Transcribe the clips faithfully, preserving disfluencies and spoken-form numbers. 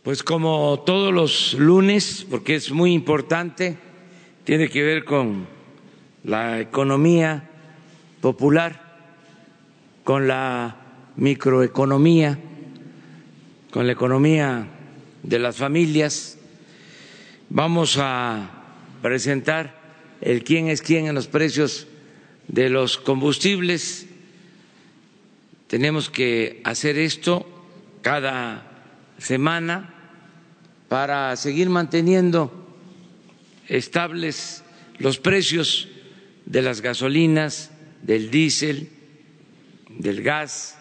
Pues como todos los lunes, porque es muy importante, tiene que ver con la economía popular, con la microeconomía, con la economía de las familias. Vamos a presentar el quién es quién en los precios de los combustibles. Tenemos que hacer esto cada semana para seguir manteniendo estables los precios de las gasolinas, del diésel, del gas,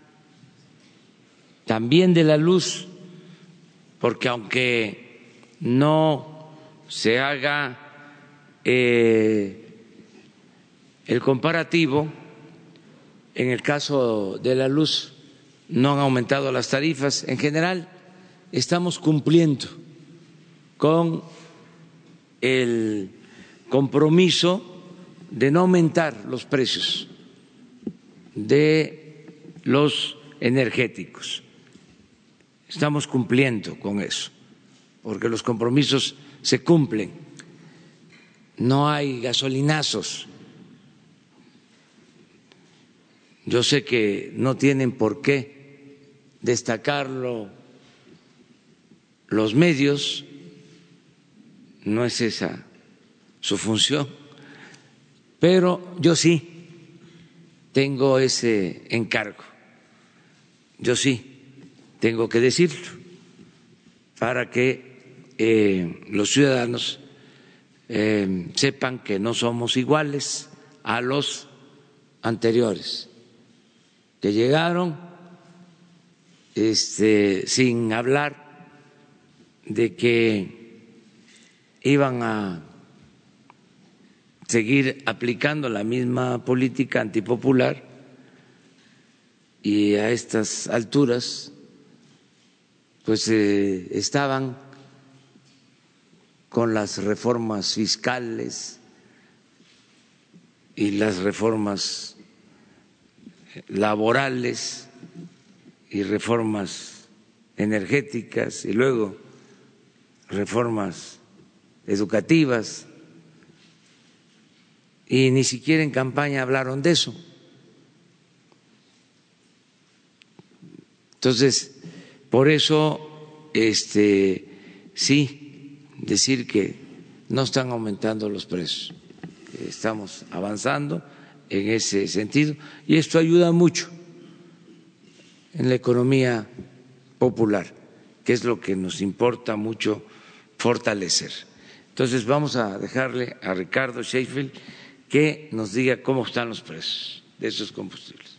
también de la luz, porque aunque no se haga eh, el comparativo, en el caso de la luz no han aumentado las tarifas. En general, estamos cumpliendo con el compromiso de no aumentar los precios de los energéticos. Estamos cumpliendo con eso, porque los compromisos se cumplen. No hay gasolinazos. Yo sé que no tienen por qué destacarlo los medios, no es esa su función, pero yo sí tengo ese encargo, yo sí tengo que decirlo para que eh, los ciudadanos eh, sepan que no somos iguales a los anteriores, que llegaron Este, sin hablar de que iban a seguir aplicando la misma política antipopular, y a estas alturas pues eh, estaban con las reformas fiscales y las reformas laborales y reformas energéticas y luego reformas educativas, y ni siquiera en campaña hablaron de eso. Entonces, por eso este sí decir que no están aumentando los precios, estamos avanzando en ese sentido y esto ayuda mucho en la economía popular, que es lo que nos importa mucho fortalecer. Entonces vamos a dejarle a Ricardo Sheffield que nos diga cómo están los precios de esos combustibles.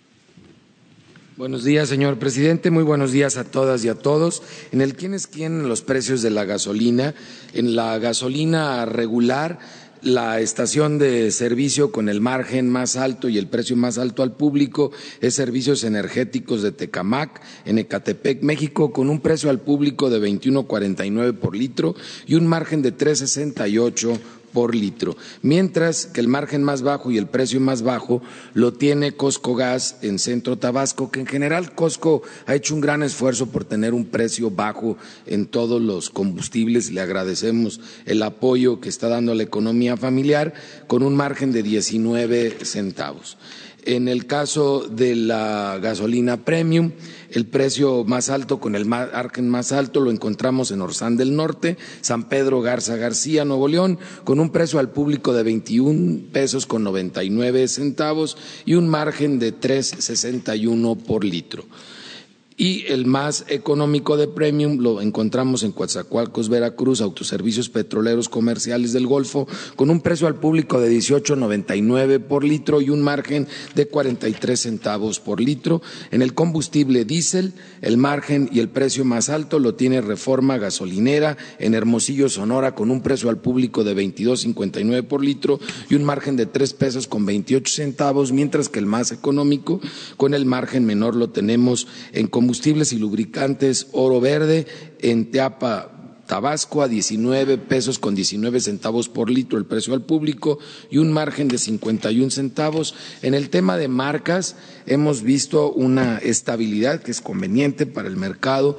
Buenos días, señor presidente. Muy buenos días a todas y a todos. En el quién es quién en los precios de la gasolina, en la gasolina regular, la estación de servicio con el margen más alto y el precio más alto al público es Servicios Energéticos de Tecamac, en Ecatepec, México, con un precio al público de veintiuno cuarenta y nueve por litro y un margen de tres sesenta y ocho por litro, mientras que el margen más bajo y el precio más bajo lo tiene Costco Gas en Centro Tabasco, que en general Costco ha hecho un gran esfuerzo por tener un precio bajo en todos los combustibles. Le agradecemos el apoyo que está dando a la economía familiar con un margen de diecinueve centavos. En el caso de la gasolina premium, el precio más alto con el margen más alto lo encontramos en Orzán del Norte, San Pedro Garza García, Nuevo León, con un precio al público de veintiún pesos con noventa y nueve centavos y un margen de tres sesenta y uno por litro. Y el más económico de premium lo encontramos en Coatzacoalcos, Veracruz, Autoservicios Petroleros Comerciales del Golfo, con un precio al público de dieciocho noventa y nueve por litro y un margen de cuarenta y tres centavos por litro. En el combustible diésel, el margen y el precio más alto lo tiene Reforma Gasolinera en Hermosillo, Sonora, con un precio al público de veintidós cincuenta y nueve por litro y un margen de tres pesos con veintiocho centavos, mientras que el más económico, con el margen menor, lo tenemos en combustibles y lubricantes Oro Verde en Teapa, Tabasco, a diecinueve pesos con diecinueve centavos por litro el precio al público y un margen de cincuenta y un centavos. En el tema de marcas hemos visto una estabilidad que es conveniente para el mercado.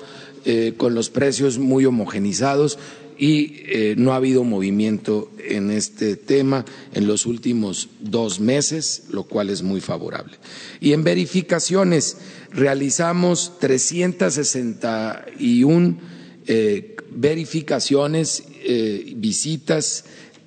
eh, con los precios muy homogenizados y eh, no ha habido movimiento en este tema en los últimos dos meses, lo cual es muy favorable. Y en verificaciones realizamos trescientas sesenta y una eh, verificaciones, eh, visitas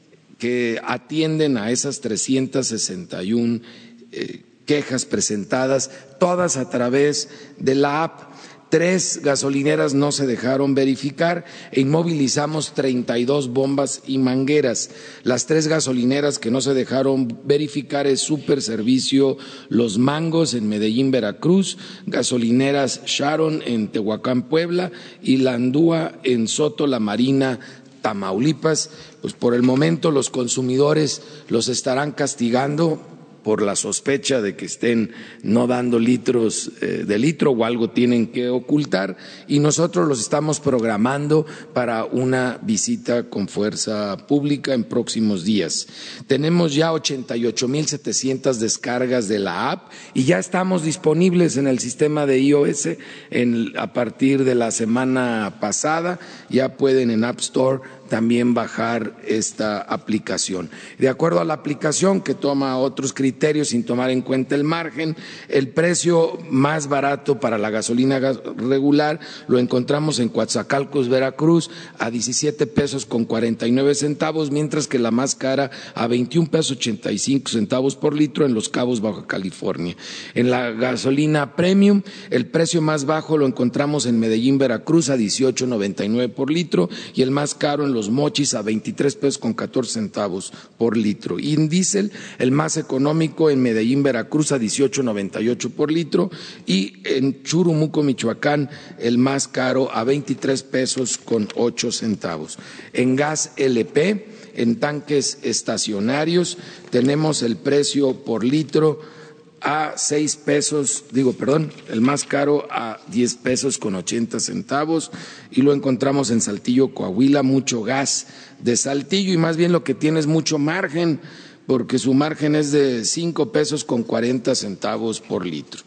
que atienden a esas trescientas sesenta y una eh, quejas presentadas, todas a través de la app. Tres gasolineras no se dejaron verificar e inmovilizamos treinta y dos bombas y mangueras. Las tres gasolineras que no se dejaron verificar es Super Servicio Los Mangos en Medellín, Veracruz, gasolineras Sharon en Tehuacán, Puebla y Landúa en Soto La Marina, Tamaulipas. Pues por el momento los consumidores los estarán castigando por la sospecha de que estén no dando litros eh, de litro o algo tienen que ocultar, y nosotros los estamos programando para una visita con fuerza pública en próximos días. Tenemos ya ochenta y ocho mil setecientas descargas de la app y ya estamos disponibles en el sistema de iOS en, a partir de la semana pasada. Ya pueden en App Store también bajar esta aplicación. De acuerdo a la aplicación, que toma otros criterios sin tomar en cuenta el margen, el precio más barato para la gasolina regular lo encontramos en Coatzacoalcos, Veracruz, a diecisiete pesos con cuarenta y nueve centavos, mientras que la más cara a veintiún pesos ochenta y cinco centavos por litro en Los Cabos, Baja California. En la gasolina premium, el precio más bajo lo encontramos en Medellín, Veracruz, a dieciocho noventa y nueve por litro, y el más caro en Los Mochis a veintitrés pesos con catorce centavos por litro. Y en diésel, el más económico en Medellín, Veracruz, a dieciocho noventa y ocho por litro, y en Churumuco, Michoacán, el más caro a veintitrés pesos con ocho centavos. En gas L P, en tanques estacionarios, tenemos el precio por litro a seis pesos, digo, perdón, el más caro a diez pesos con ochenta centavos, y lo encontramos en Saltillo, Coahuila. Mucho gas de Saltillo, y más bien lo que tiene es mucho margen, porque su margen es de cinco pesos con cuarenta centavos por litro.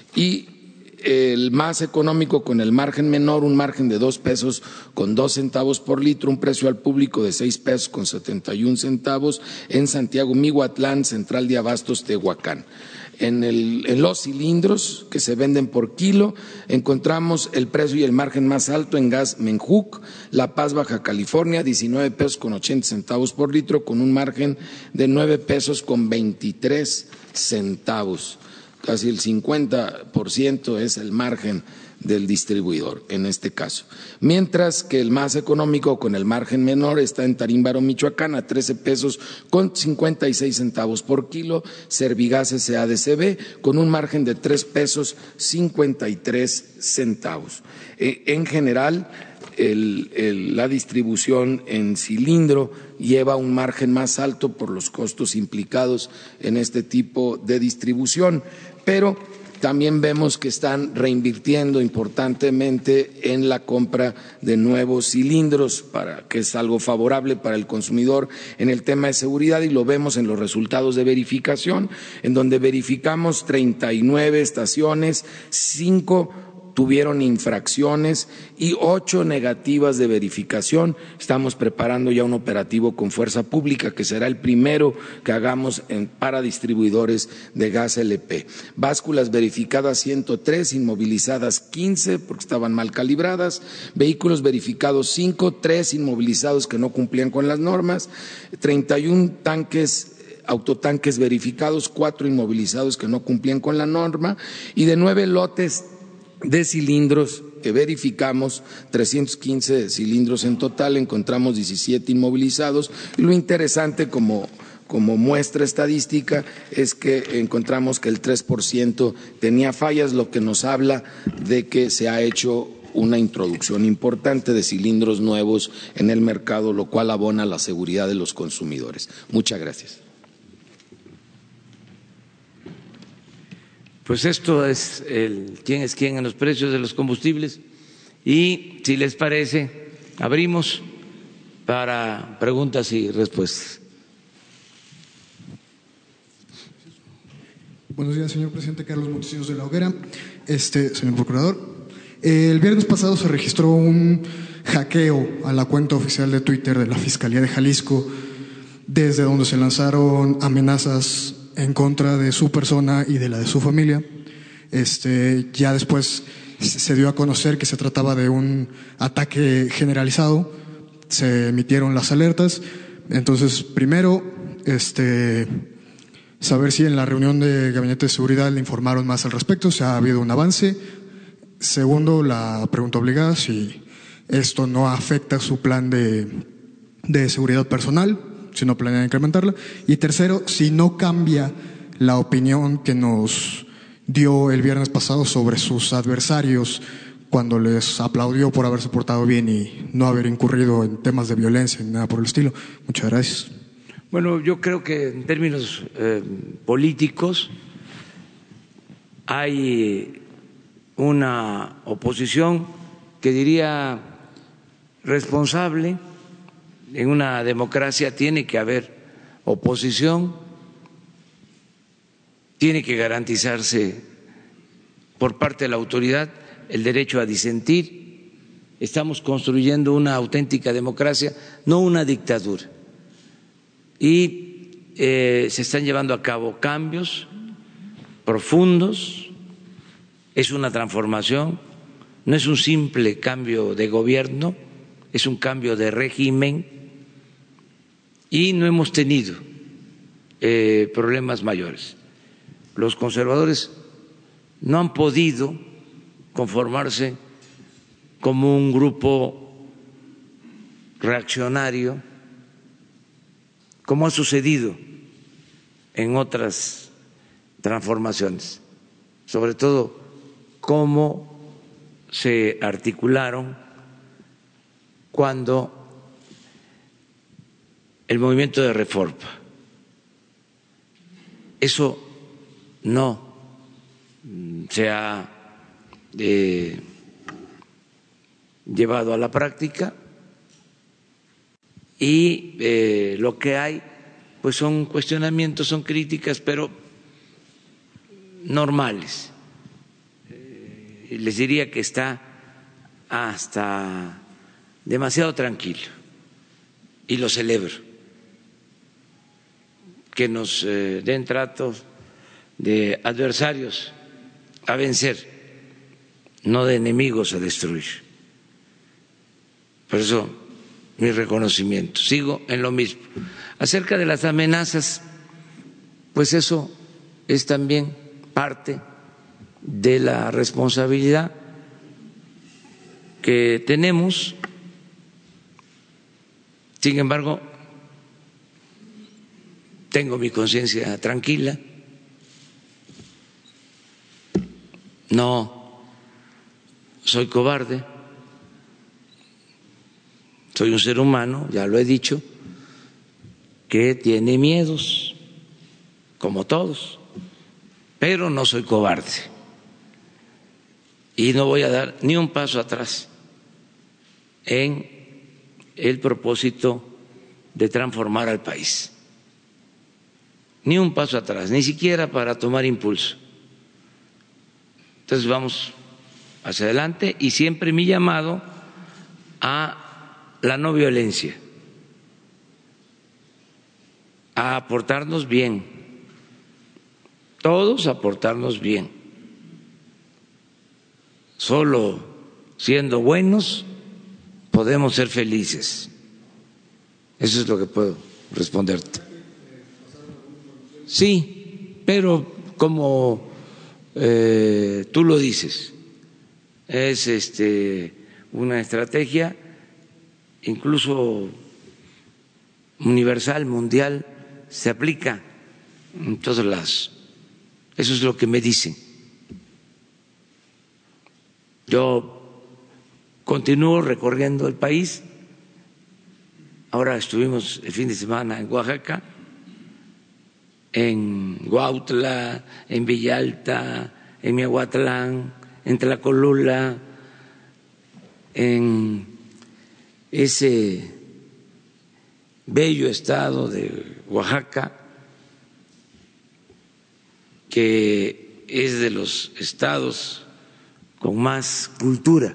Y el más económico con el margen menor, un margen de dos pesos con dos centavos por litro, un precio al público de seis pesos con setenta y un centavos en Santiago, Mihuatlán, Central de Abastos, Tehuacán. En, el, en los cilindros que se venden por kilo encontramos el precio y el margen más alto en gas Menjuc, La Paz, Baja California, diecinueve pesos con ochenta centavos por litro, con un margen de nueve pesos con veintitrés centavos. Casi el cincuenta por ciento es el margen del distribuidor en este caso. Mientras que el más económico con el margen menor está en Tarímbaro, Michoacán, a trece pesos con cincuenta y seis centavos por kilo, Servigas S A de C B con un margen de tres pesos cincuenta y tres centavos. Eh, en general, El, el, la distribución en cilindro lleva un margen más alto por los costos implicados en este tipo de distribución, pero también vemos que están reinvirtiendo importantemente en la compra de nuevos cilindros, para que es algo favorable para el consumidor en el tema de seguridad, y lo vemos en los resultados de verificación, en donde verificamos treinta y nueve estaciones, cinco tuvieron infracciones y ocho negativas de verificación. Estamos preparando ya un operativo con fuerza pública que será el primero que hagamos en, para distribuidores de gas L P. Básculas verificadas ciento tres, inmovilizadas quince porque estaban mal calibradas, vehículos verificados cinco, tres inmovilizados que no cumplían con las normas, treinta y un tanques autotanques verificados, cuatro inmovilizados que no cumplían con la norma, y de nueve lotes de cilindros que verificamos, trescientos quince cilindros en total, encontramos diecisiete inmovilizados, y lo interesante como, como muestra estadística es que encontramos que el tres por ciento tenía fallas, lo que nos habla de que se ha hecho una introducción importante de cilindros nuevos en el mercado, lo cual abona la seguridad de los consumidores. Muchas gracias. Pues esto es el quién es quién en los precios de los combustibles, y si les parece, abrimos para preguntas y respuestas. Buenos días, señor presidente. Carlos Montesinos de la Hoguera. Este, señor procurador, El viernes pasado se registró un hackeo a la cuenta oficial de Twitter de la Fiscalía de Jalisco, desde donde se lanzaron amenazas en contra de su persona y de la de su familia. Este, ya después se dio a conocer que se trataba de un ataque generalizado, se emitieron las alertas. Entonces, primero, este, saber si en la reunión de Gabinete de Seguridad le informaron más al respecto, si ha habido un avance. Segundo, la pregunta obligada, si esto no afecta su plan de, de seguridad personal, si no planean incrementarla. Y tercero, si no cambia la opinión que nos dio el viernes pasado sobre sus adversarios cuando les aplaudió por haberse portado bien y no haber incurrido en temas de violencia ni nada por el estilo. Muchas gracias. Bueno, yo creo que en términos eh, políticos hay una oposición que diría responsable. En una democracia tiene que haber oposición, tiene que garantizarse por parte de la autoridad el derecho a disentir. Estamos construyendo una auténtica democracia, no una dictadura. Y eh, se están llevando a cabo cambios profundos, es una transformación, no es un simple cambio de gobierno, es un cambio de régimen y no hemos tenido eh, problemas mayores. Los conservadores no han podido conformarse como un grupo reaccionario, como ha sucedido en otras transformaciones, sobre todo cómo se articularon cuando el movimiento de reforma. Eso no se ha eh, llevado a la práctica y eh, lo que hay pues son cuestionamientos, son críticas, pero normales. Eh, les diría que está hasta demasiado tranquilo y lo celebro, que nos eh, den tratos de adversarios a vencer, no de enemigos a destruir. Por eso mi reconocimiento. Sigo en lo mismo. Acerca de las amenazas, pues eso es también parte de la responsabilidad que tenemos. Sin embargo, tengo mi conciencia tranquila. No soy cobarde, soy un ser humano, ya lo he dicho, que tiene miedos, como todos, pero no soy cobarde y no voy a dar ni un paso atrás en el propósito de transformar al país, ni un paso atrás, ni siquiera para tomar impulso. Entonces vamos hacia adelante y siempre mi llamado a la no violencia, a aportarnos bien, todos aportarnos bien. Solo siendo buenos podemos ser felices. Eso es lo que puedo responderte. Sí, pero como Eh, tú lo dices, es este, una estrategia incluso universal, mundial, se aplica en todas las. Eso es lo que me dicen. Yo continúo recorriendo el país. Ahora estuvimos el fin de semana en Oaxaca, en Huautla, en Villalta, en Miahuatlán, en Tlacolula, en ese bello estado de Oaxaca, que es de los estados con más cultura,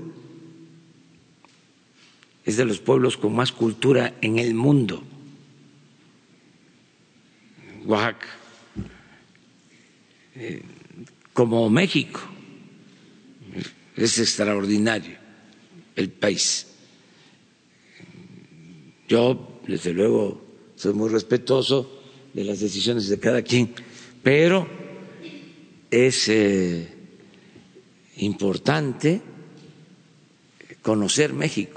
es de los pueblos con más cultura en el mundo, Oaxaca, eh, como México. Es extraordinario el país. Yo, desde luego, soy muy respetuoso de las decisiones de cada quien, pero es eh, importante conocer México,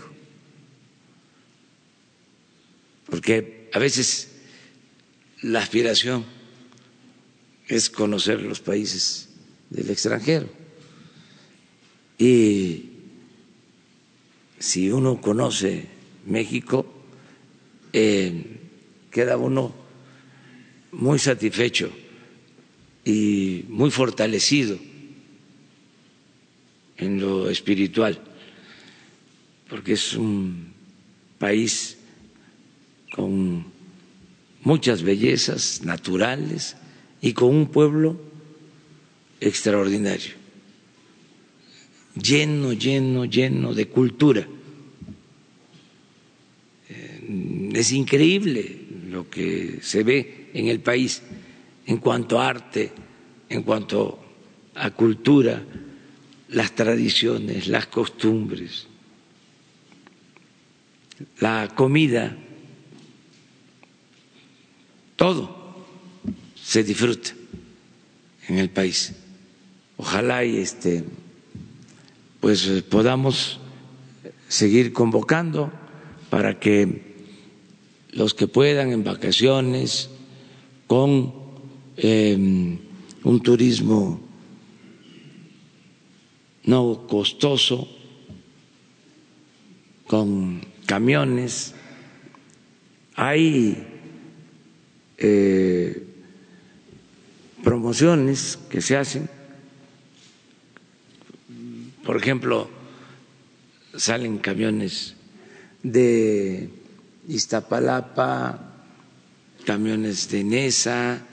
porque a veces la aspiración es conocer los países del extranjero. Y si uno conoce México, eh, queda uno muy satisfecho y muy fortalecido en lo espiritual, porque es un país con muchas bellezas naturales y con un pueblo extraordinario, lleno, lleno, lleno de cultura. Es increíble lo que se ve en el país en cuanto a arte, en cuanto a cultura, las tradiciones, las costumbres, la comida, todo se disfruta en el país. Ojalá y este pues podamos seguir convocando para que los que puedan en vacaciones, con eh, un turismo no costoso, con camiones, hay eh, promociones que se hacen. Por ejemplo, salen camiones de Iztapalapa, camiones de Nesa,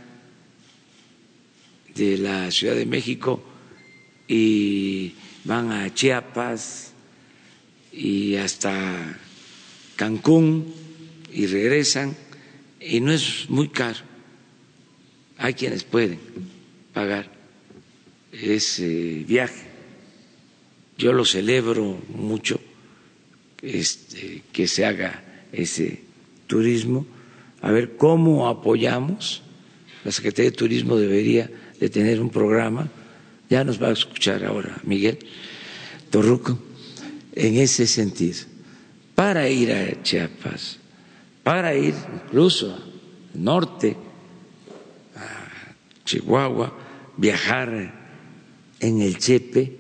de la Ciudad de México, y van a Chiapas y hasta Cancún y regresan, y no es muy caro. Hay quienes pueden pagar ese viaje. Yo lo celebro mucho, este, que se haga ese turismo. A ver cómo apoyamos. La Secretaría de Turismo debería de tener un programa, ya nos va a escuchar ahora Miguel Torruco, en ese sentido, para ir a Chiapas, para ir incluso al norte, a Chihuahua, viajar en el Chepe,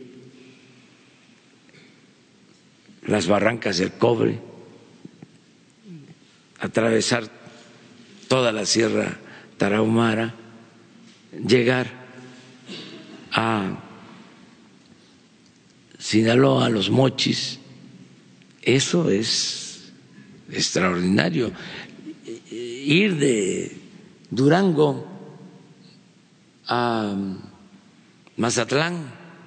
las Barrancas del Cobre, atravesar toda la Sierra Tarahumara, llegar a Sinaloa, a Los Mochis. Eso es extraordinario. Ir de Durango a Mazatlán,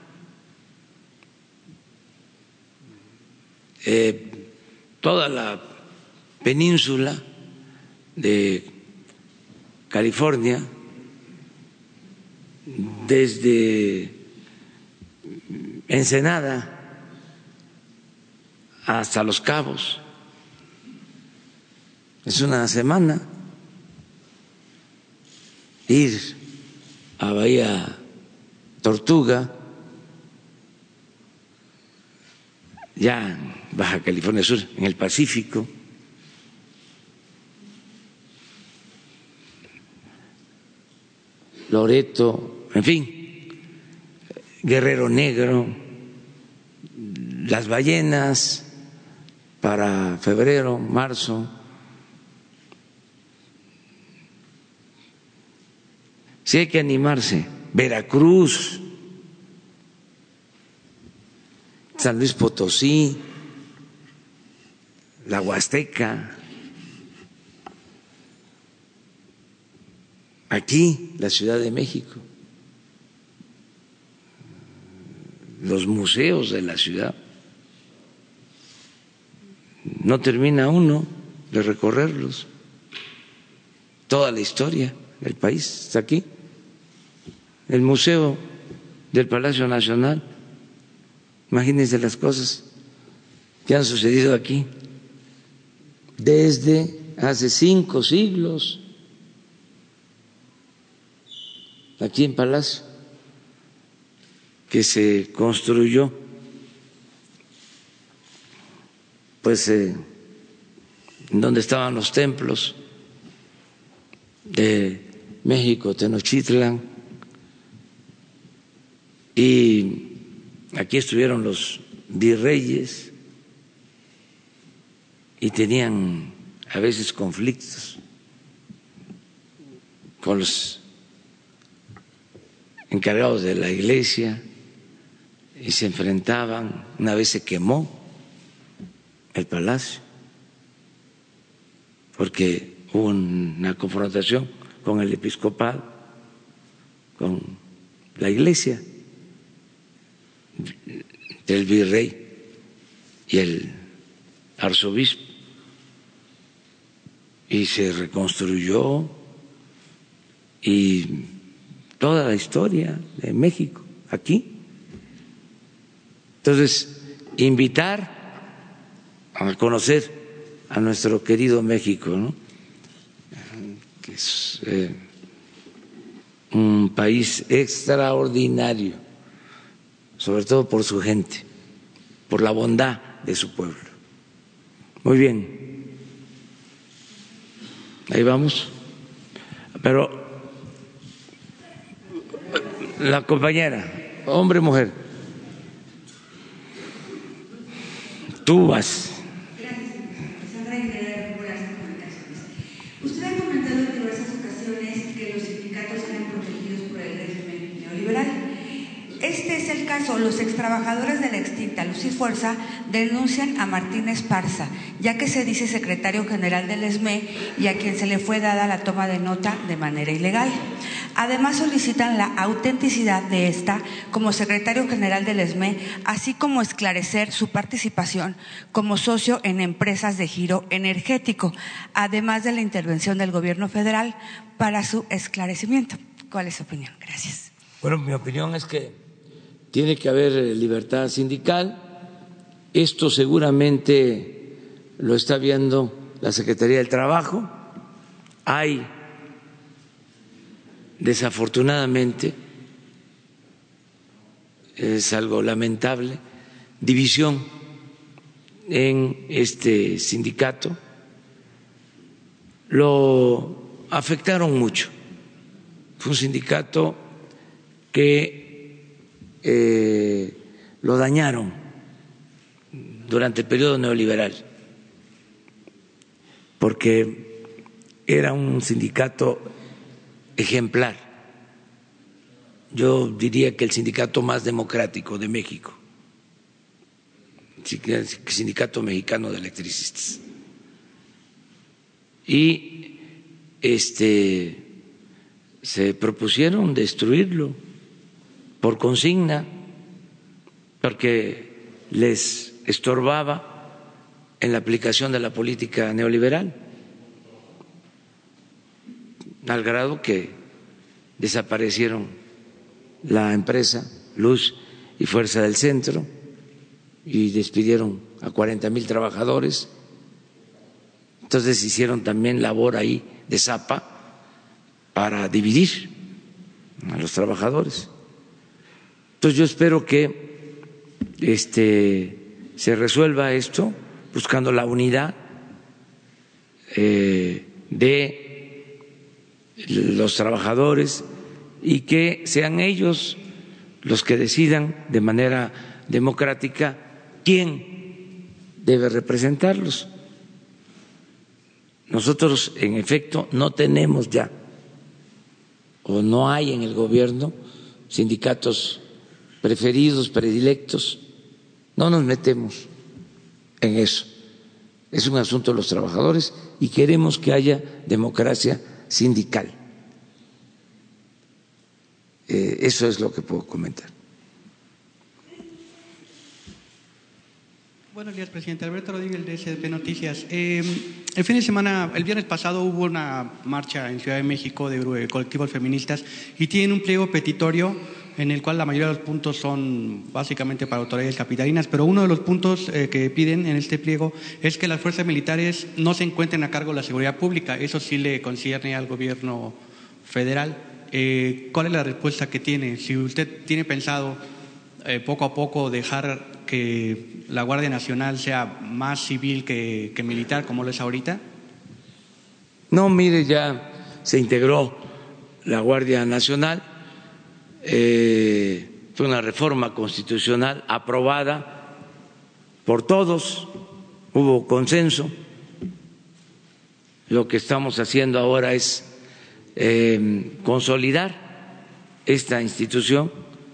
eh, toda la península de California, desde Ensenada hasta Los Cabos. Es una semana. Ir a Bahía Tortuga, ya en Baja California Sur, en el Pacífico. Loreto, en fin, Guerrero Negro, las ballenas para febrero, marzo. Sí hay que animarse. Veracruz, San Luis Potosí, la Huasteca, aquí la Ciudad de México, los museos de la ciudad. No termina uno de recorrerlos. Toda la historia del país está aquí. El Museo del Palacio Nacional. Imagínense las cosas que han sucedido aquí desde hace cinco siglos, aquí en Palacio, que se construyó pues eh, donde estaban los templos de México, Tenochtitlan, y aquí estuvieron los virreyes y tenían a veces conflictos con los encargados de la iglesia y se enfrentaban. Una vez se quemó el palacio porque hubo una confrontación con el episcopado, con la iglesia, del virrey y el arzobispo, y se reconstruyó, y toda la historia de México aquí. Entonces, invitar a conocer a nuestro querido México, ¿no? Que es eh, un país extraordinario, sobre todo por su gente, por la bondad de su pueblo. Muy bien, ahí vamos. Pero la compañera, hombre, mujer, tú vas. Usted ha comentado en diversas ocasiones que los sindicatos eran protegidos por el régimen neoliberal. Este es el caso. Los extrabajadores de la extinta Luz y Fuerza denuncian a Martín Esparza, ya que se dice secretario general del E S M E y a quien se le fue dada la toma de nota de manera ilegal. Además, solicitan la autenticidad de esta como secretario general del E S M E, así como esclarecer su participación como socio en empresas de giro energético, además de la intervención del gobierno federal para su esclarecimiento. ¿Cuál es su opinión? Gracias. Bueno, mi opinión es que tiene que haber libertad sindical. Esto seguramente lo está viendo la Secretaría del Trabajo. Hay, desafortunadamente, es algo lamentable, división en este sindicato. Lo afectaron mucho. Fue un sindicato que eh, lo dañaron durante el periodo neoliberal, porque era un sindicato ejemplar. Yo diría que el sindicato más democrático de México, el Sindicato Mexicano de Electricistas. Y este se propusieron destruirlo por consigna, porque les estorbaba en la aplicación de la política neoliberal, al grado que desaparecieron la empresa Luz y Fuerza del Centro y despidieron a cuarenta mil trabajadores. Entonces hicieron también labor ahí de zapa para dividir a los trabajadores. Entonces yo espero que este, se resuelva esto buscando la unidad eh, de los trabajadores y que sean ellos los que decidan de manera democrática quién debe representarlos. Nosotros, en efecto, no tenemos ya o no hay en el gobierno sindicatos preferidos, predilectos. No nos metemos en eso. Es un asunto de los trabajadores y queremos que haya democracia sindical. Eh, eso es lo que puedo comentar. Buenos días, presidente. Alberto Rodríguez, de S D P Noticias. Eh, el fin de semana, el viernes pasado, hubo una marcha en Ciudad de México de colectivos feministas y tienen un pliego petitorio en el cual la mayoría de los puntos son básicamente para autoridades capitalinas, pero uno de los puntos eh, que piden en este pliego es que las fuerzas militares no se encuentren a cargo de la seguridad pública. Eso sí le concierne al gobierno federal. Eh, ¿Cuál es la respuesta que tiene? Si usted tiene pensado eh, poco a poco dejar que la Guardia Nacional sea más civil que, que militar, como lo es ahorita. No, mire, ya se integró la Guardia Nacional, eh, fue una reforma constitucional aprobada por todos, hubo consenso. Lo que estamos haciendo ahora es eh, consolidar esta institución,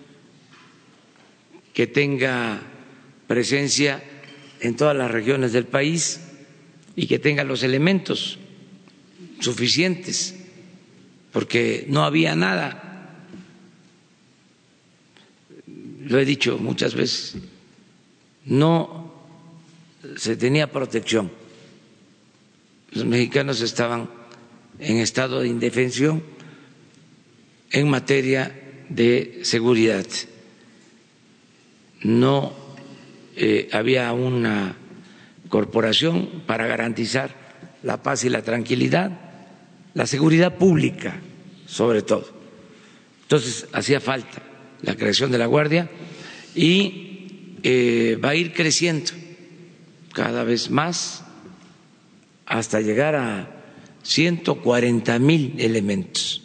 que tenga presencia en todas las regiones del país y que tenga los elementos suficientes, porque no había nada. Lo he dicho muchas veces, no se tenía protección. Los mexicanos estaban en estado de indefensión en materia de seguridad. No eh, había una corporación para garantizar la paz y la tranquilidad, la seguridad pública sobre todo. Entonces hacía falta la creación de la Guardia y eh, va a ir creciendo cada vez más hasta llegar a ciento cuarenta mil elementos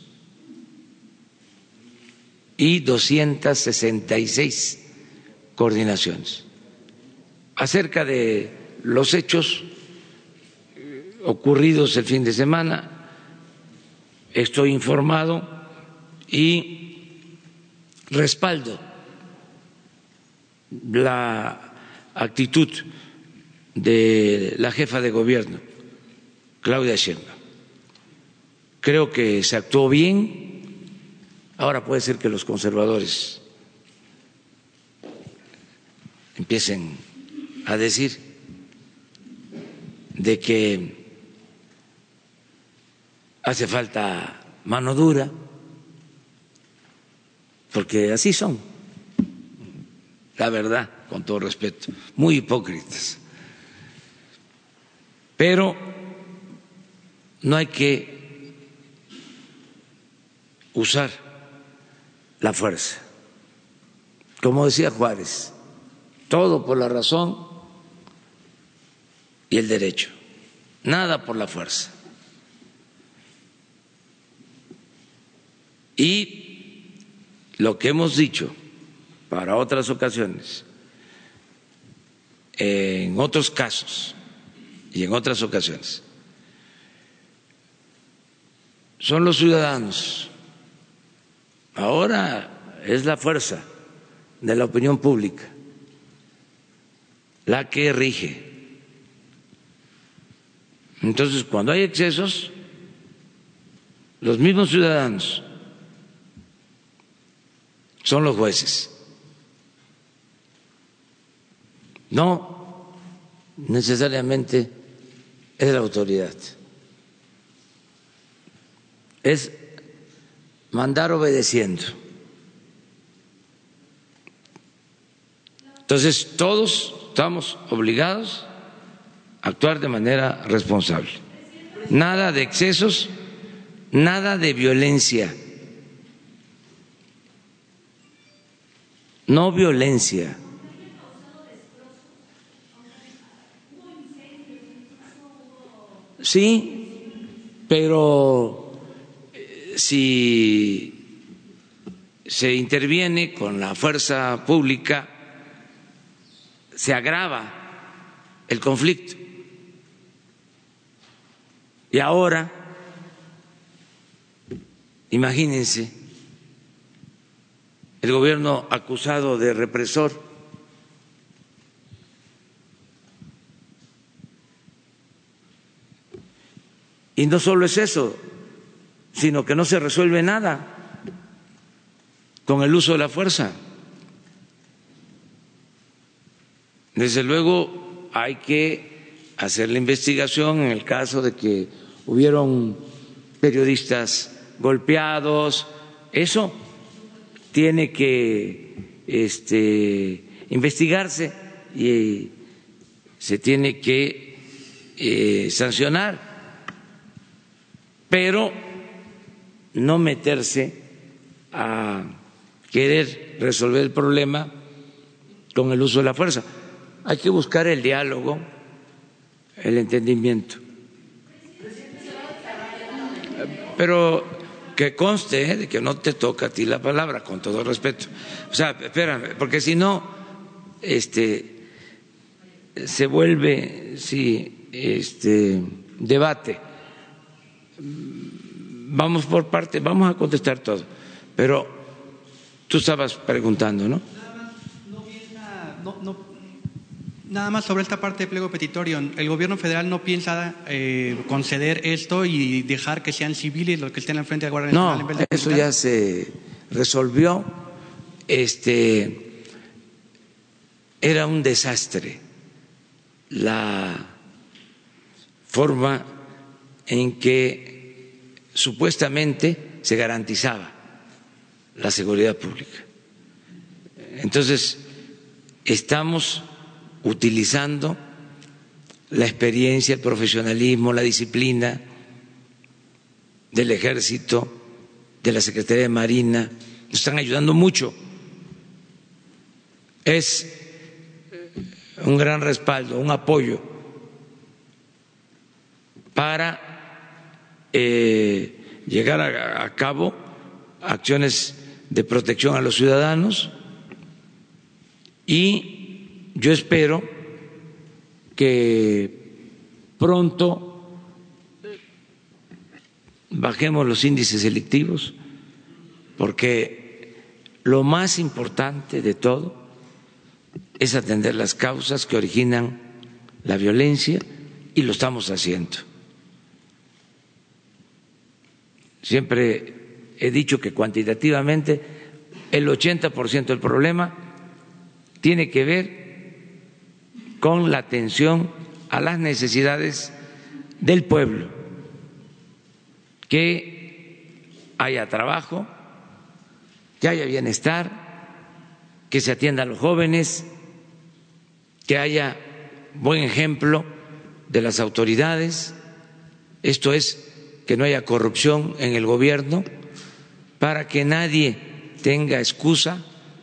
y doscientas sesenta y seis coordinaciones. Acerca de los hechos ocurridos el fin de semana, estoy informado y respaldo la actitud de la jefa de gobierno, Claudia Sheinbaum. Creo que se actuó bien. Ahora puede ser que los conservadores empiecen a decir de que hace falta mano dura, porque así son, la verdad, con todo respeto, muy hipócritas. Pero no hay que usar la fuerza. Como decía Juárez, todo por la razón y el derecho, nada por la fuerza. Y lo que hemos dicho para otras ocasiones, en otros casos y en otras ocasiones, son los ciudadanos. Ahora es la fuerza de la opinión pública la que rige. Entonces, cuando hay excesos, los mismos ciudadanos son los jueces, no necesariamente es la autoridad. Es mandar obedeciendo. Entonces, todos estamos obligados a actuar de manera responsable. Nada de excesos, nada de violencia. No violencia. Sí, pero si se interviene con la fuerza pública, se agrava el conflicto. Y ahora, imagínense, el gobierno acusado de represor, y no solo es eso, sino que no se resuelve nada con el uso de la fuerza. Desde luego, hay que hacer la investigación en el caso de que hubieron periodistas golpeados. Eso tiene que este, investigarse y se tiene que eh, sancionar, pero no meterse a querer resolver el problema con el uso de la fuerza. Hay que buscar el diálogo, el entendimiento. Pero que conste ¿eh? de que no te toca a ti la palabra, con todo respeto. O sea, espérame, porque si no, este, se vuelve, sí, este, debate. Vamos por parte, vamos a contestar todo. Pero tú estabas preguntando, ¿no? Nada más, no piensa, no, no, nada más sobre esta parte de pliego petitorio. El gobierno federal no piensa eh, conceder esto y dejar que sean civiles los que estén al frente de la Guardia Nacional. No, en vez de eso militar. ya se resolvió. Este, era un desastre la forma en que supuestamente se garantizaba la seguridad pública. Entonces, estamos utilizando la experiencia, el profesionalismo, la disciplina del Ejército, de la Secretaría de Marina, nos están ayudando mucho. Es un gran respaldo, un apoyo para eh, llegar a, a cabo acciones de protección a los ciudadanos, y yo espero que pronto bajemos los índices delictivos, porque lo más importante de todo es atender las causas que originan la violencia, y lo estamos haciendo. Siempre he dicho que cuantitativamente el ochenta por ciento del problema tiene que ver con la atención a las necesidades del pueblo, que haya trabajo, que haya bienestar, que se atienda a los jóvenes, que haya buen ejemplo de las autoridades. Esto es, que no haya corrupción en el gobierno, para que nadie tenga excusa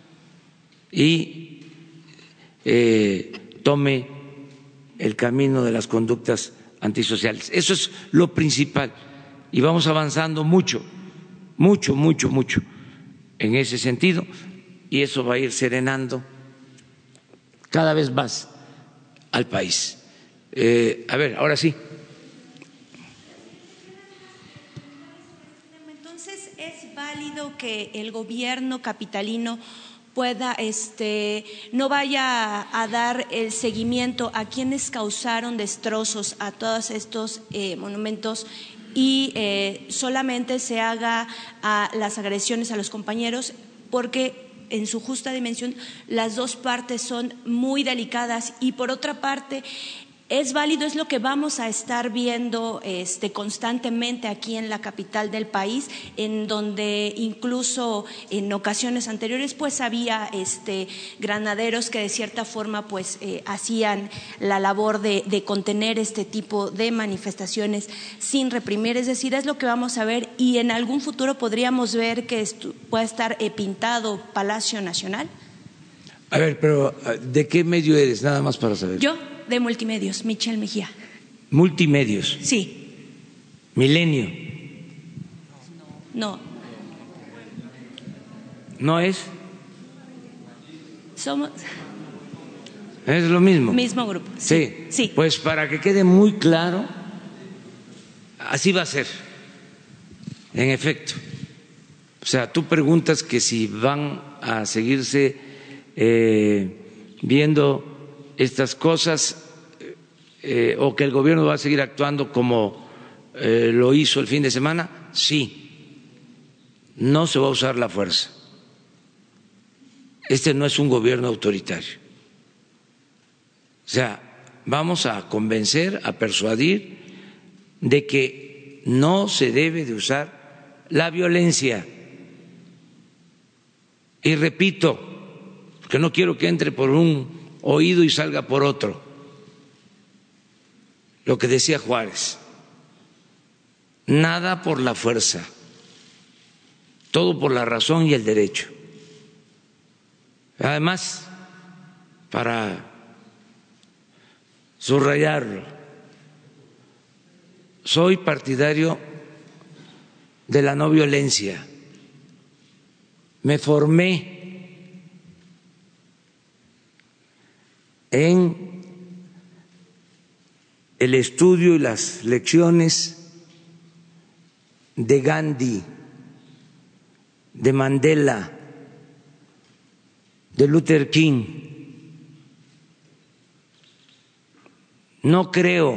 y eh, tome el camino de las conductas antisociales. Eso es lo principal, y vamos avanzando mucho, mucho, mucho, mucho en ese sentido, y eso va a ir serenando cada vez más al país. Eh, a ver, ahora sí. Entonces, ¿es válido que el gobierno capitalino pueda, este, no vaya a dar el seguimiento a quienes causaron destrozos a todos estos eh, monumentos y eh, solamente se haga a las agresiones a los compañeros? Porque en su justa dimensión las dos partes son muy delicadas, y por otra parte es válido, es lo que vamos a estar viendo este, constantemente aquí en la capital del país, en donde incluso en ocasiones anteriores pues había este, granaderos que de cierta forma pues eh, hacían la labor de, de contener este tipo de manifestaciones sin reprimir. Es decir, es lo que vamos a ver, y en algún futuro podríamos ver que pueda estar eh, pintado Palacio Nacional. A ver, pero ¿de qué medio eres? Nada más para saber. Yo, de Multimedios, Michelle Mejía. Multimedios. Sí. Milenio. No. ¿No es? Somos. Es lo mismo. Mismo grupo. Sí. Sí. Sí. Pues para que quede muy claro, así va a ser. En efecto. O sea, tú preguntas que si van a seguirse eh, viendo estas cosas eh, o que el gobierno va a seguir actuando como eh, lo hizo el fin de semana. Sí, no se va a usar la fuerza. Este no es un gobierno autoritario. O sea, vamos a convencer, a persuadir de que no se debe de usar la violencia. Y repito, que no quiero que entre por un oído y salga por otro, lo que decía Juárez: nada por la fuerza, todo por la razón y el derecho. Además, para subrayarlo, soy partidario de la no violencia. Me formé en el estudio y las lecciones de Gandhi, de Mandela, de Luther King. No creo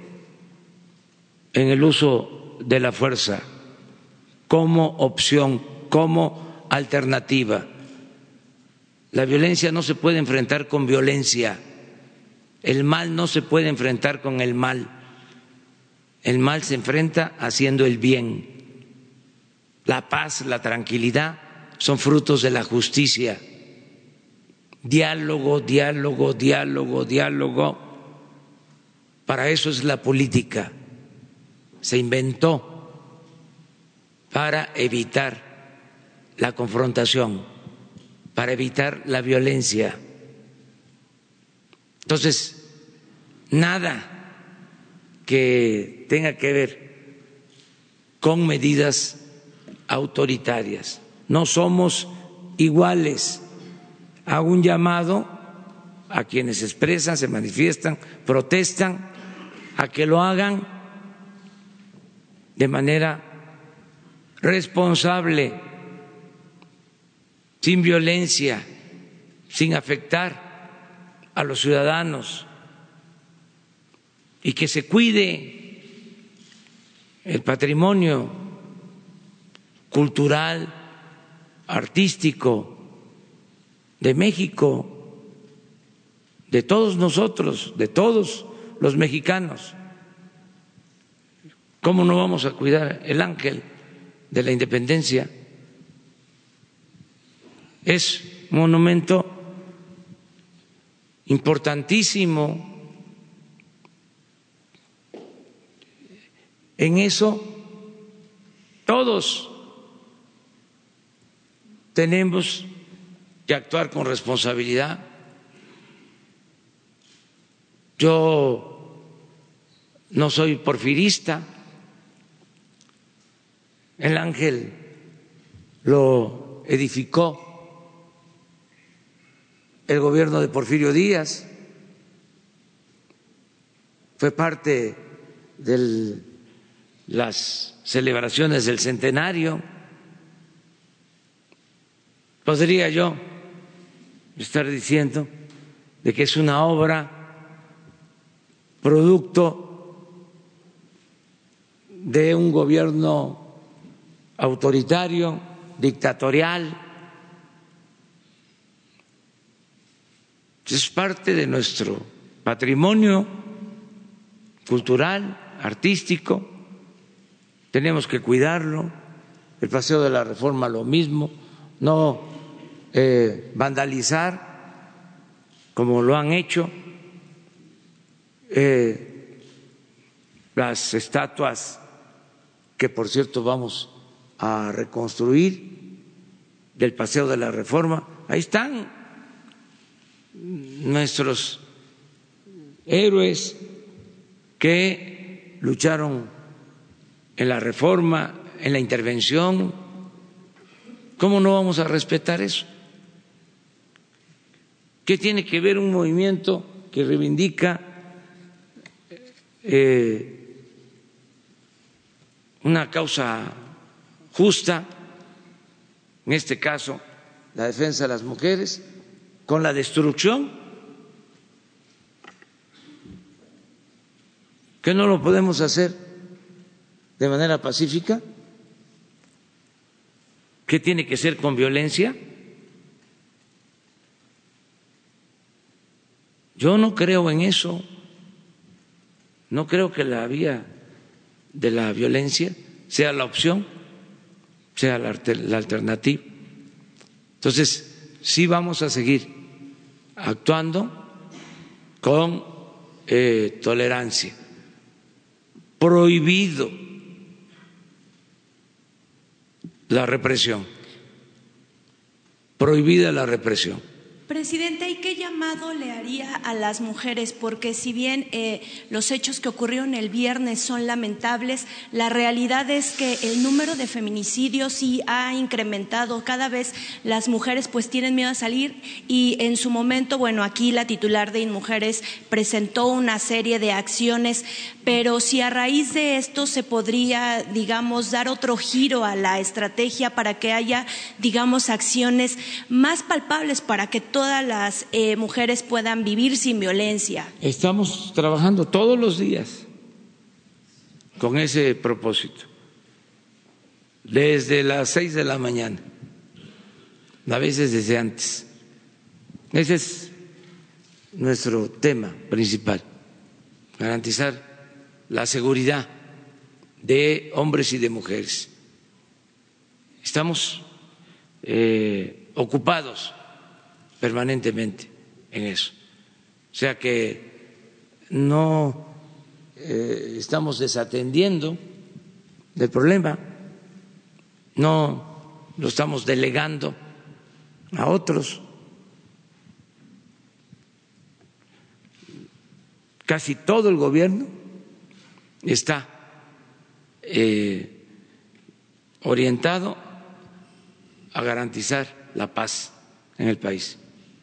en el uso de la fuerza como opción, como alternativa. La violencia no se puede enfrentar con violencia. El mal no se puede enfrentar con el mal. El mal se enfrenta haciendo el bien. La paz, la tranquilidad son frutos de la justicia. Diálogo, diálogo, diálogo, diálogo. Para eso es la política. Se inventó para evitar la confrontación, para evitar la violencia. Entonces, nada que tenga que ver con medidas autoritarias. No somos iguales. Hago un llamado a quienes se expresan, se manifiestan, protestan, a que lo hagan de manera responsable, sin violencia, sin afectar a los ciudadanos, y que se cuide el patrimonio cultural, artístico de México, de todos nosotros, de todos los mexicanos. ¿Cómo no vamos a cuidar el ángel de la independencia? Es un monumento importantísimo. En eso todos tenemos que actuar con responsabilidad. Yo no soy porfirista. El ángel lo edificó el gobierno de Porfirio Díaz, fue parte de las celebraciones del centenario. Podría yo estar diciendo de que es una obra producto de un gobierno autoritario, dictatorial. Es parte de nuestro patrimonio cultural, artístico, tenemos que cuidarlo. El Paseo de la Reforma lo mismo, no eh, vandalizar como lo han hecho eh, las estatuas que, por cierto, vamos a reconstruir del Paseo de la Reforma. Ahí están nuestros héroes que lucharon en la Reforma, en la intervención. ¿Cómo no vamos a respetar eso? ¿Qué tiene que ver un movimiento que reivindica eh, una causa justa, en este caso la defensa de las mujeres, con la destrucción? ¿Que no lo podemos hacer de manera pacífica? ¿Qué tiene que ser con violencia? Yo no creo en eso. No creo que la vía de la violencia sea la opción, sea la, la alternativa. Entonces, sí vamos a seguir actuando con eh, tolerancia. Prohibido la represión, prohibida la represión. Presidente, ¿y qué llamado le haría a las mujeres? Porque si bien eh, los hechos que ocurrieron el viernes son lamentables, la realidad es que el número de feminicidios sí ha incrementado. Cada vez las mujeres pues tienen miedo a salir y en su momento, bueno, aquí la titular de InMujeres presentó una serie de acciones, pero si a raíz de esto se podría, digamos, dar otro giro a la estrategia para que haya, digamos, acciones más palpables para que todas las eh, mujeres puedan vivir sin violencia. Estamos trabajando todos los días con ese propósito, desde las seis de la mañana, a veces desde antes. Ese es nuestro tema principal, garantizar la seguridad de hombres y de mujeres. Estamos eh, ocupados permanentemente en eso. O sea que no eh, estamos desatendiendo del problema, no lo estamos delegando a otros. Casi todo el gobierno está eh, orientado a garantizar la paz en el país.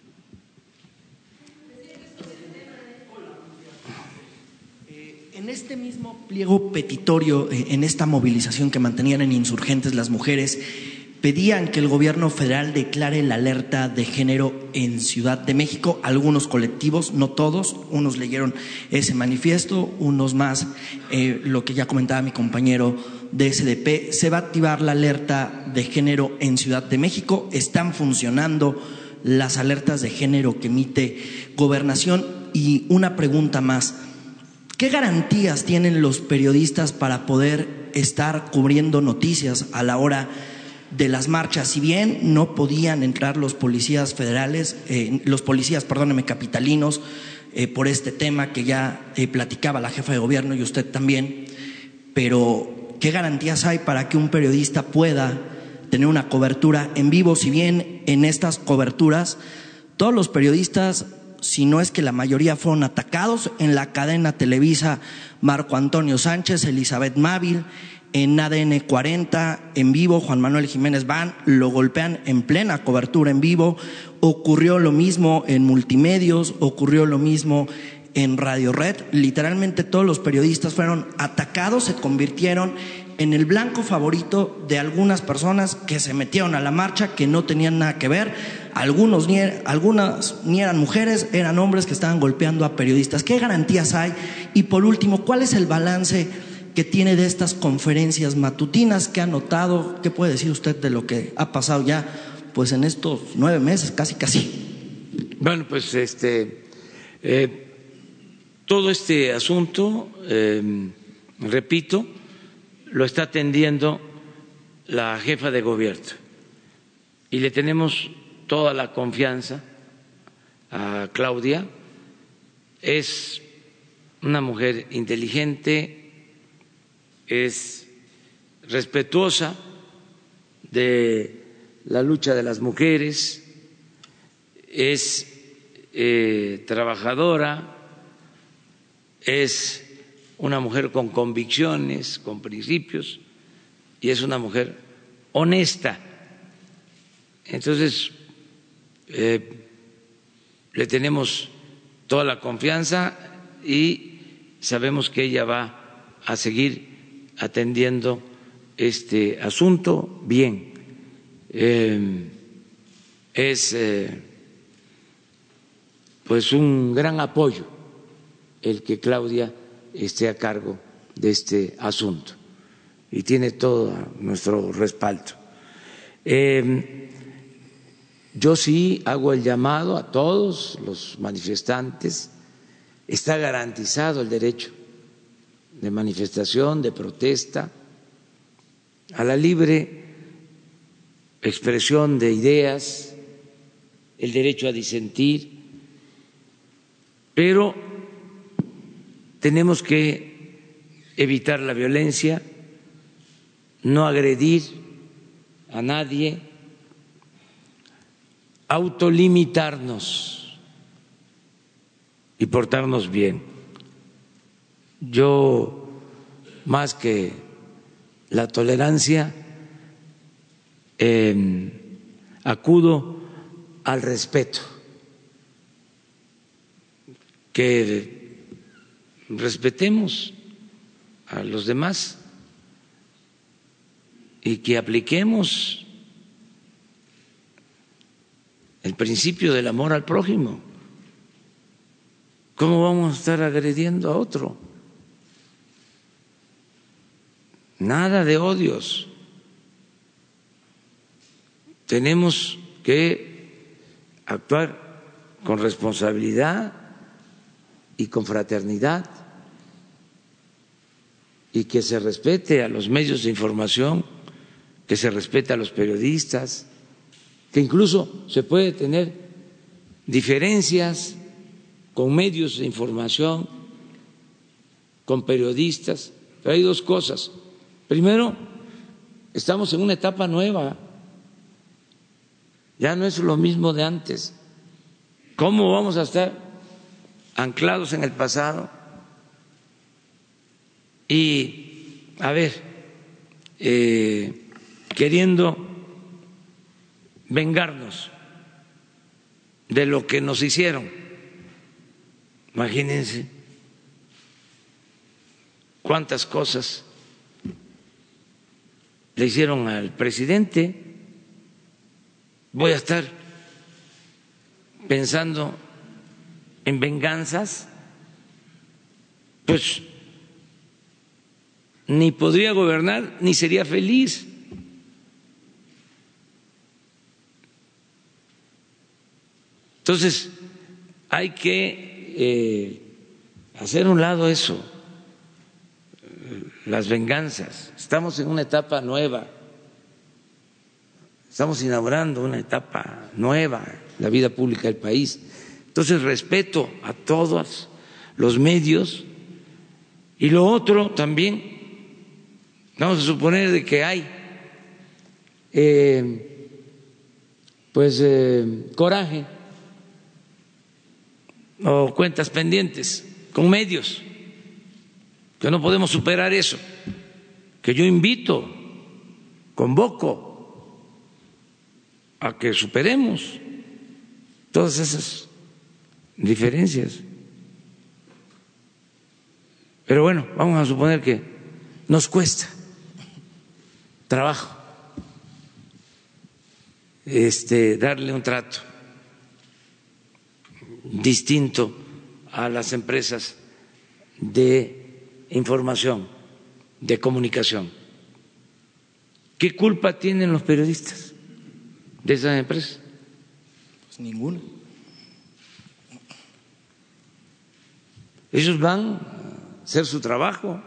En este mismo pliego petitorio, en esta movilización que mantenían en Insurgentes las mujeres, pedían que el gobierno federal declare la alerta de género en Ciudad de México. Algunos colectivos, no todos, unos leyeron ese manifiesto, unos más, eh, lo que ya comentaba mi compañero de S D P. Se va a activar la alerta de género en Ciudad de México. Están funcionando las alertas de género que emite Gobernación. Y una pregunta más. ¿Qué garantías tienen los periodistas para poder estar cubriendo noticias a la hora de las marchas? Si bien no podían entrar los policías federales, eh, los policías, perdóneme, capitalinos, eh, por este tema que ya eh, platicaba la jefa de gobierno y usted también, pero ¿qué garantías hay para que un periodista pueda tener una cobertura en vivo? Si bien en estas coberturas todos los periodistas, si no es que la mayoría, fueron atacados en la cadena Televisa, Marco Antonio Sánchez, Elizabeth Mávil, en A D N cuarenta, en vivo, Juan Manuel Jiménez Van, lo golpean en plena cobertura en vivo. Ocurrió lo mismo en Multimedios, ocurrió lo mismo en Radio Red. Literalmente todos los periodistas fueron atacados, se convirtieron en el blanco favorito de algunas personas que se metieron a la marcha, que no tenían nada que ver. Algunos ni, algunas ni eran mujeres, eran hombres que estaban golpeando a periodistas. ¿Qué garantías hay? Y por último, ¿cuál es el balance que tiene de estas conferencias matutinas? ¿Qué ha notado? ¿Qué puede decir usted de lo que ha pasado ya pues en estos nueve meses, casi casi? Bueno, pues este eh, todo este asunto, eh, repito, lo está atendiendo la jefa de gobierno y le tenemos toda la confianza a Claudia. Es una mujer inteligente, es respetuosa de la lucha de las mujeres, es eh, trabajadora, es una mujer con convicciones, con principios, y es una mujer honesta. Entonces, eh, le tenemos toda la confianza y sabemos que ella va a seguir atendiendo este asunto bien. Eh, es eh, pues un gran apoyo el que Claudia esté a cargo de este asunto y tiene todo nuestro respaldo. Eh, yo sí hago el llamado a todos los manifestantes. Está garantizado el derecho de manifestación, de protesta, a la libre expresión de ideas, el derecho a disentir, pero tenemos que evitar la violencia, no agredir a nadie, autolimitarnos y portarnos bien. Yo, más que la tolerancia, eh, acudo al respeto, que respetemos a los demás y que apliquemos el principio del amor al prójimo. ¿Cómo vamos a estar agrediendo a otro? Nada de odios. Tenemos que actuar con responsabilidad y con fraternidad, y que se respete a los medios de información, que se respete a los periodistas, que incluso se puede tener diferencias con medios de información, con periodistas, pero hay dos cosas. Primero, estamos en una etapa nueva, ya no es lo mismo de antes. ¿Cómo vamos a estar anclados en el pasado? Y, a ver, eh, queriendo vengarnos de lo que nos hicieron. Imagínense cuántas cosas le hicieron al presidente. Voy a estar pensando en venganzas, pues ni podría gobernar ni sería feliz. Entonces hay que eh, hacer a un lado eso, las venganzas. Estamos en una etapa nueva, estamos inaugurando una etapa nueva en la vida pública del país. Entonces respeto a todos los medios. Y lo otro también, vamos a suponer de que hay eh, pues eh, coraje o cuentas pendientes con medios, que no podemos superar eso, que yo invito, convoco a que superemos todas esas diferencias. Pero bueno, vamos a suponer que nos cuesta trabajo este, darle un trato distinto a las empresas de información, de comunicación. ¿Qué culpa tienen los periodistas de esas empresas? Pues ninguna. Ellos van a hacer su trabajo,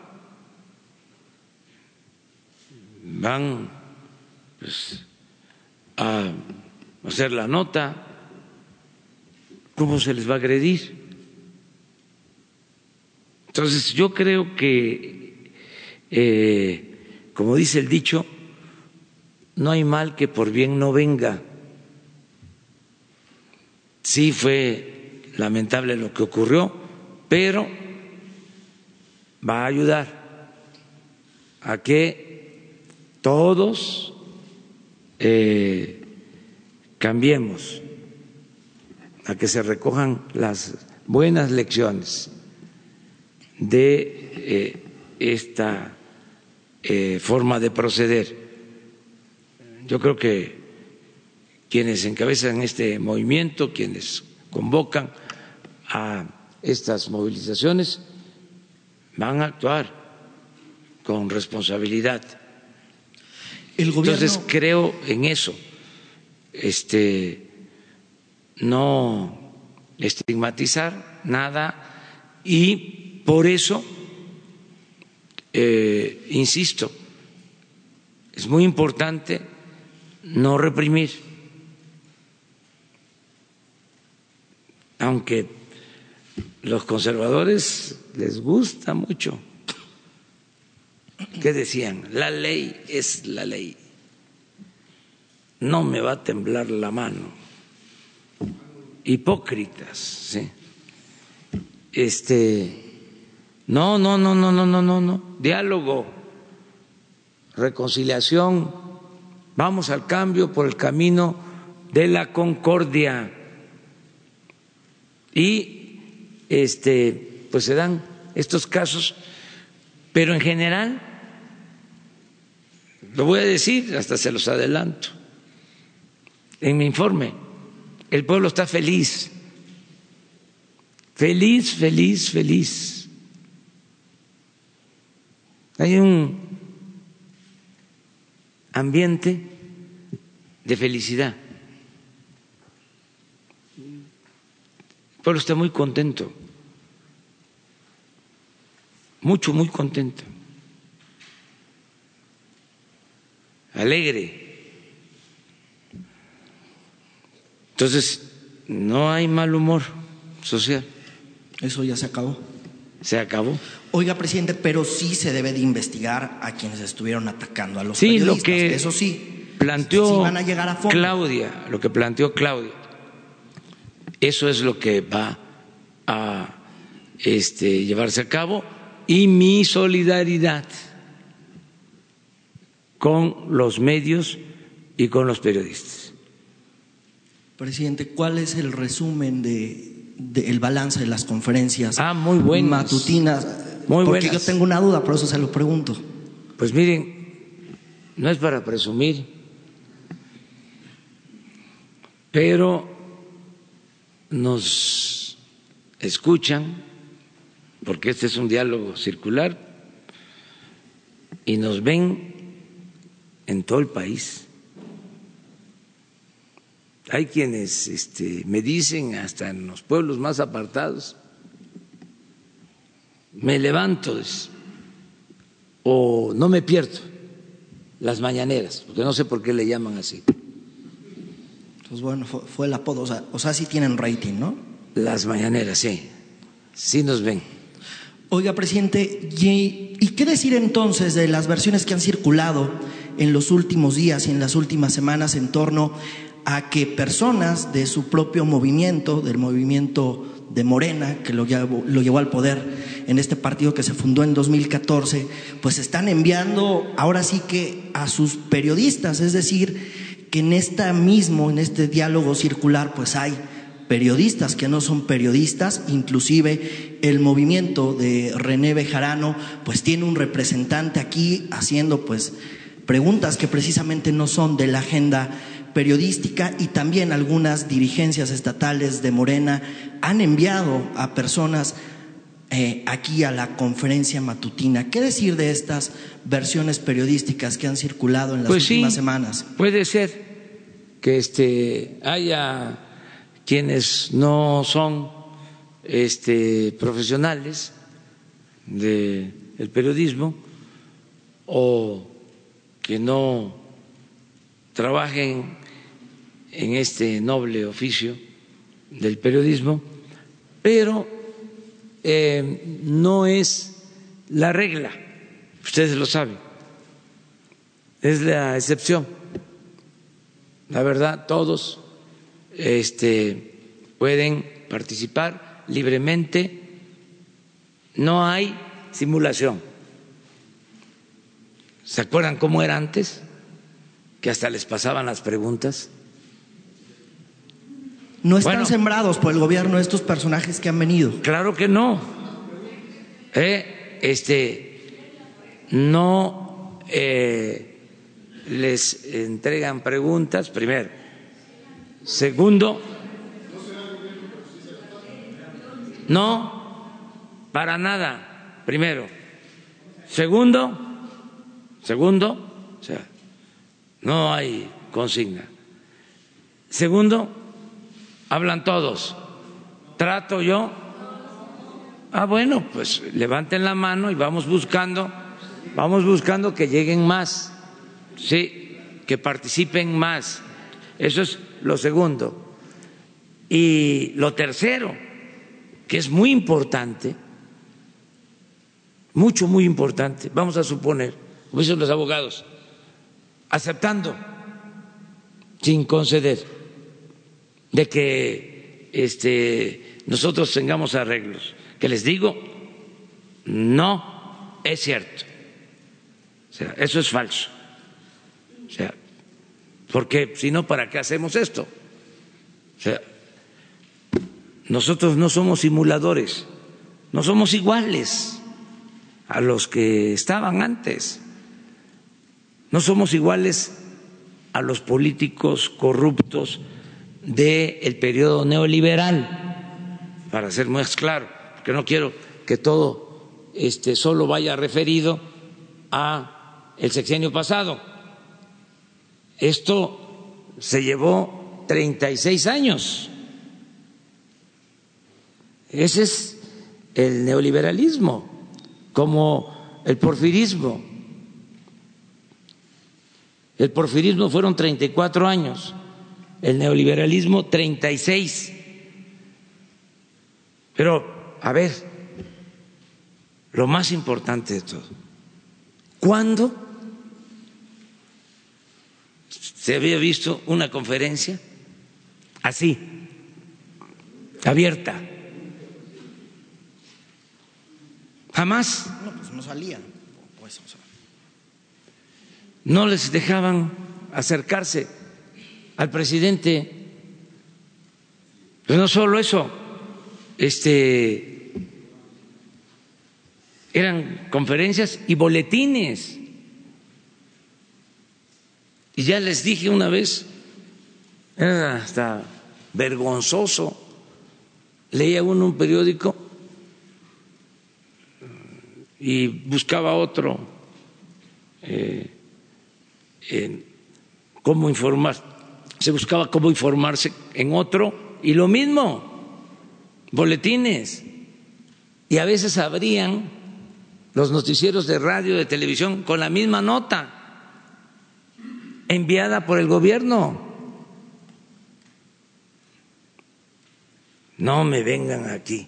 van pues, a hacer la nota. ¿Cómo se les va a agredir? Entonces yo creo que, eh, como dice el dicho, no hay mal que por bien no venga. Sí fue lamentable lo que ocurrió, pero va a ayudar a que todos eh, cambiemos, a que se recojan las buenas lecciones de eh, esta eh, forma de proceder. Yo creo que quienes encabezan este movimiento, quienes convocan a estas movilizaciones, van a actuar con responsabilidad. El gobierno... Entonces creo en eso, este, no estigmatizar nada, y por eso eh, insisto, es muy importante no reprimir, aunque los conservadores les gusta mucho. ¿Qué decían? La ley es la ley. No me va a temblar la mano. Hipócritas, ¿sí? Este, no, no, no, no, no, no, no, no. Diálogo, reconciliación. Vamos al cambio por el camino de la concordia. Y este, pues se dan estos casos, pero en general, lo voy a decir, hasta se los adelanto, en mi informe, el pueblo está feliz, feliz, feliz, feliz. Hay un ambiente de felicidad. El pueblo está muy contento, mucho, muy contento, alegre. Entonces, no hay mal humor social. Eso ya se acabó. Se acabó. Oiga, presidente, pero sí se debe de investigar a quienes estuvieron atacando a los sí, periodistas. Lo que eso sí, planteó sí van a llegar a fondo. Claudia, lo que planteó Claudia, eso es lo que va a este, llevarse a cabo, y mi solidaridad con los medios y con los periodistas. Presidente, ¿cuál es el resumen de, de el balance de las conferencias ah, muy buenas, matutinas? Muy Porque buenas. yo tengo una duda, por eso se lo pregunto. Pues miren, no es para presumir, pero nos escuchan, porque este es un diálogo circular, y nos ven en todo el país. Hay quienes este, me dicen, hasta en los pueblos más apartados, me levanto o no me pierdo las mañaneras, porque no sé por qué le llaman así. Pues bueno, fue, fue el apodo, o sea, o sea, sí tienen rating, ¿no? Las mañaneras, sí, sí nos ven. Oiga, presidente, ¿y, ¿y qué decir entonces de las versiones que han circulado en los últimos días y en las últimas semanas en torno a que personas de su propio movimiento, del movimiento de Morena, que lo llevó, lo llevó al poder en este partido que se fundó en dos mil catorce, pues están enviando ahora sí que a sus periodistas, es decir, que en esta mismo, en este diálogo circular, pues hay periodistas que no son periodistas, inclusive el movimiento de René Bejarano, pues tiene un representante aquí haciendo pues preguntas que precisamente no son de la agenda periodística, y también algunas dirigencias estatales de Morena han enviado a personas eh, aquí a la conferencia matutina. ¿Qué decir de estas versiones periodísticas que han circulado en las pues últimas sí, semanas? Puede ser que este, haya quienes no son este, profesionales del periodismo o que no trabajen en este noble oficio del periodismo, pero eh, no es la regla, ustedes lo saben, es la excepción. La verdad, todos este, pueden participar libremente, no hay simulación. ¿Se acuerdan cómo era antes? Que hasta les pasaban las preguntas. ¿No están bueno, sembrados por el gobierno estos personajes que han venido? Claro que no. Eh, este, no eh, les entregan preguntas, primero. Segundo, no, para nada, primero. Segundo, segundo, o sea, no hay consigna. Segundo, hablan todos. ¿Trato yo? Ah, bueno, pues levanten la mano y vamos buscando vamos buscando que lleguen más, sí, que participen más. Eso es lo segundo. Y lo tercero, que es muy importante, mucho, muy importante, vamos a suponer, como dicen los abogados, aceptando, sin conceder, de que este, nosotros tengamos arreglos, que les digo, no es cierto. O sea, eso es falso. O sea, porque si no, ¿para qué hacemos esto? O sea, nosotros no somos simuladores, no somos iguales a los que estaban antes, no somos iguales a los políticos corruptos del periodo neoliberal, para ser más claro, porque no quiero que todo este solo vaya referido a el sexenio pasado. Esto se llevó treinta y seis años. Ese es el neoliberalismo, como el porfirismo. El porfirismo fueron treinta y cuatro años, el neoliberalismo treinta y seis. Pero, a ver, lo más importante de todo, ¿cuándo se había visto una conferencia así, abierta? Jamás. No, pues no salían. Pues, o sea. No les dejaban acercarse al presidente. Pero no solo eso, este, eran conferencias y boletines. Y ya les dije una vez, era hasta vergonzoso. Leía uno un periódico y buscaba otro eh, en cómo informar, se buscaba cómo informarse en otro y lo mismo, boletines, y a veces abrían los noticieros de radio, de televisión con la misma nota enviada por el gobierno. No me vengan aquí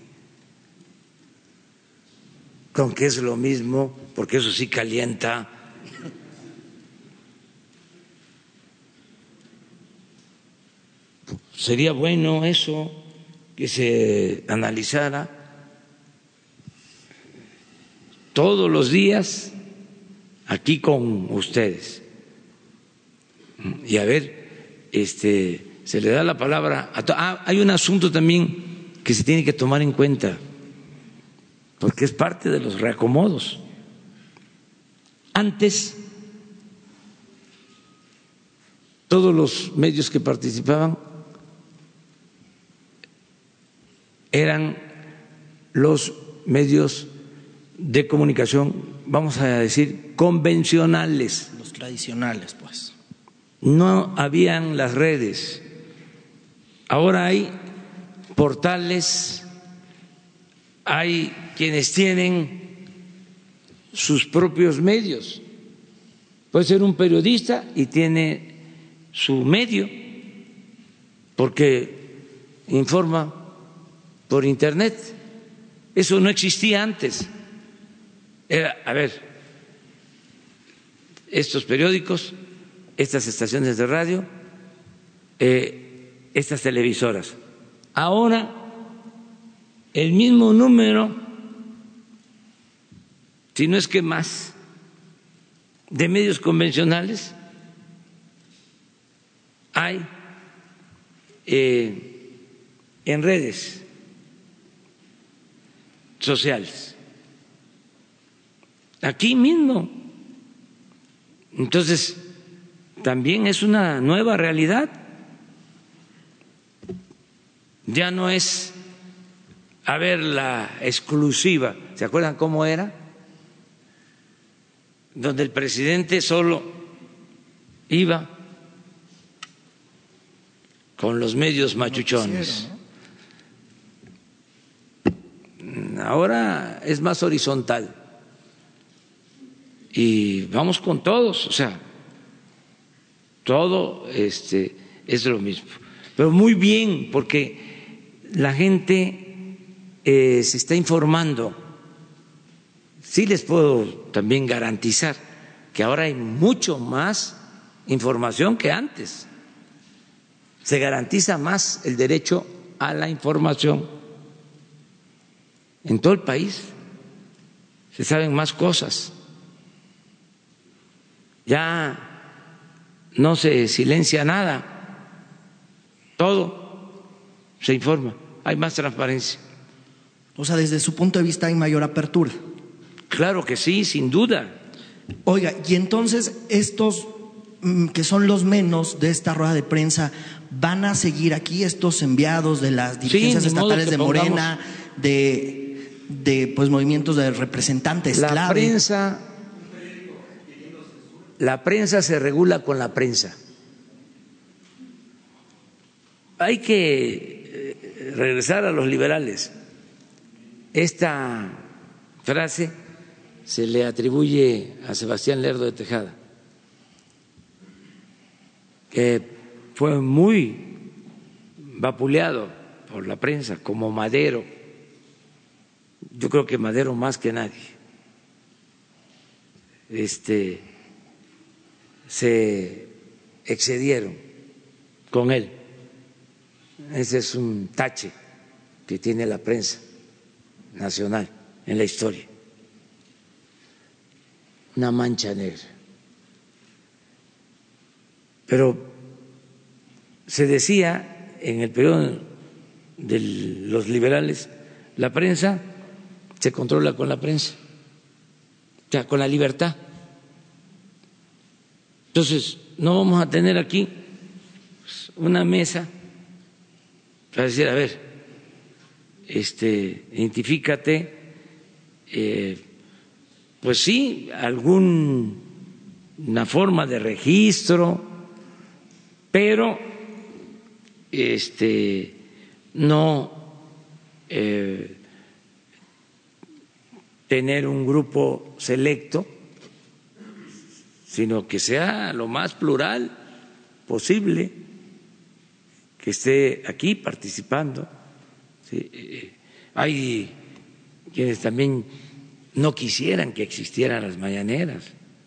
con que es lo mismo, porque eso sí calienta. Sería bueno eso, que se analizara todos los días aquí con ustedes. Y a ver, este, se le da la palabra a to- ah, hay un asunto también que se tiene que tomar en cuenta, porque es parte de los reacomodos. Antes, todos los medios que participaban eran los medios de comunicación, vamos a decir, convencionales. Los tradicionales, pues. No habían las redes. Ahora hay portales, hay quienes tienen sus propios medios. Puede ser un periodista y tiene su medio, porque informa por internet. Eso no existía antes. Era, a ver, estos periódicos, estas estaciones de radio, eh, estas televisoras. Ahora, el mismo número, si no es que más, de medios convencionales hay eh, en redes sociales, aquí mismo. Entonces, también es una nueva realidad. Ya no es, a ver, la exclusiva. ¿Se acuerdan cómo era? Donde el presidente solo iba con los medios machuchones. Ahora es más horizontal y vamos con todos, o sea, todo este, es lo mismo. Pero muy bien, porque la gente eh, se está informando. Sí les puedo también garantizar que ahora hay mucho más información que antes. Se garantiza más el derecho a la información en todo el país. Se saben más cosas. Ya no se silencia nada, todo se informa, hay más transparencia. O sea, desde su punto de vista hay mayor apertura. Claro que sí, sin duda. Oiga, y entonces estos mm, que son los menos de esta rueda de prensa, ¿van a seguir aquí estos enviados de las dirigencias sí, estatales de pongamos, Morena, de, de pues movimientos de representantes la clave? Prensa, la prensa se regula con la prensa. Hay que regresar a los liberales. Esta frase se le atribuye a Sebastián Lerdo de Tejada, que fue muy vapuleado por la prensa como Madero. Yo creo que Madero más que nadie este, se excedieron con él. Ese es un tache que tiene la prensa nacional en la historia, una mancha negra. Pero se decía en el periodo de los liberales, la prensa se controla con la prensa, o sea, con la libertad. Entonces, no vamos a tener aquí una mesa para decir, a ver, este, identifícate, eh, pues sí, alguna forma de registro, pero este, no eh, tener un grupo selecto, sino que sea lo más plural posible, que esté aquí participando. Sí, eh, hay quienes también no quisieran que existieran las mañaneras.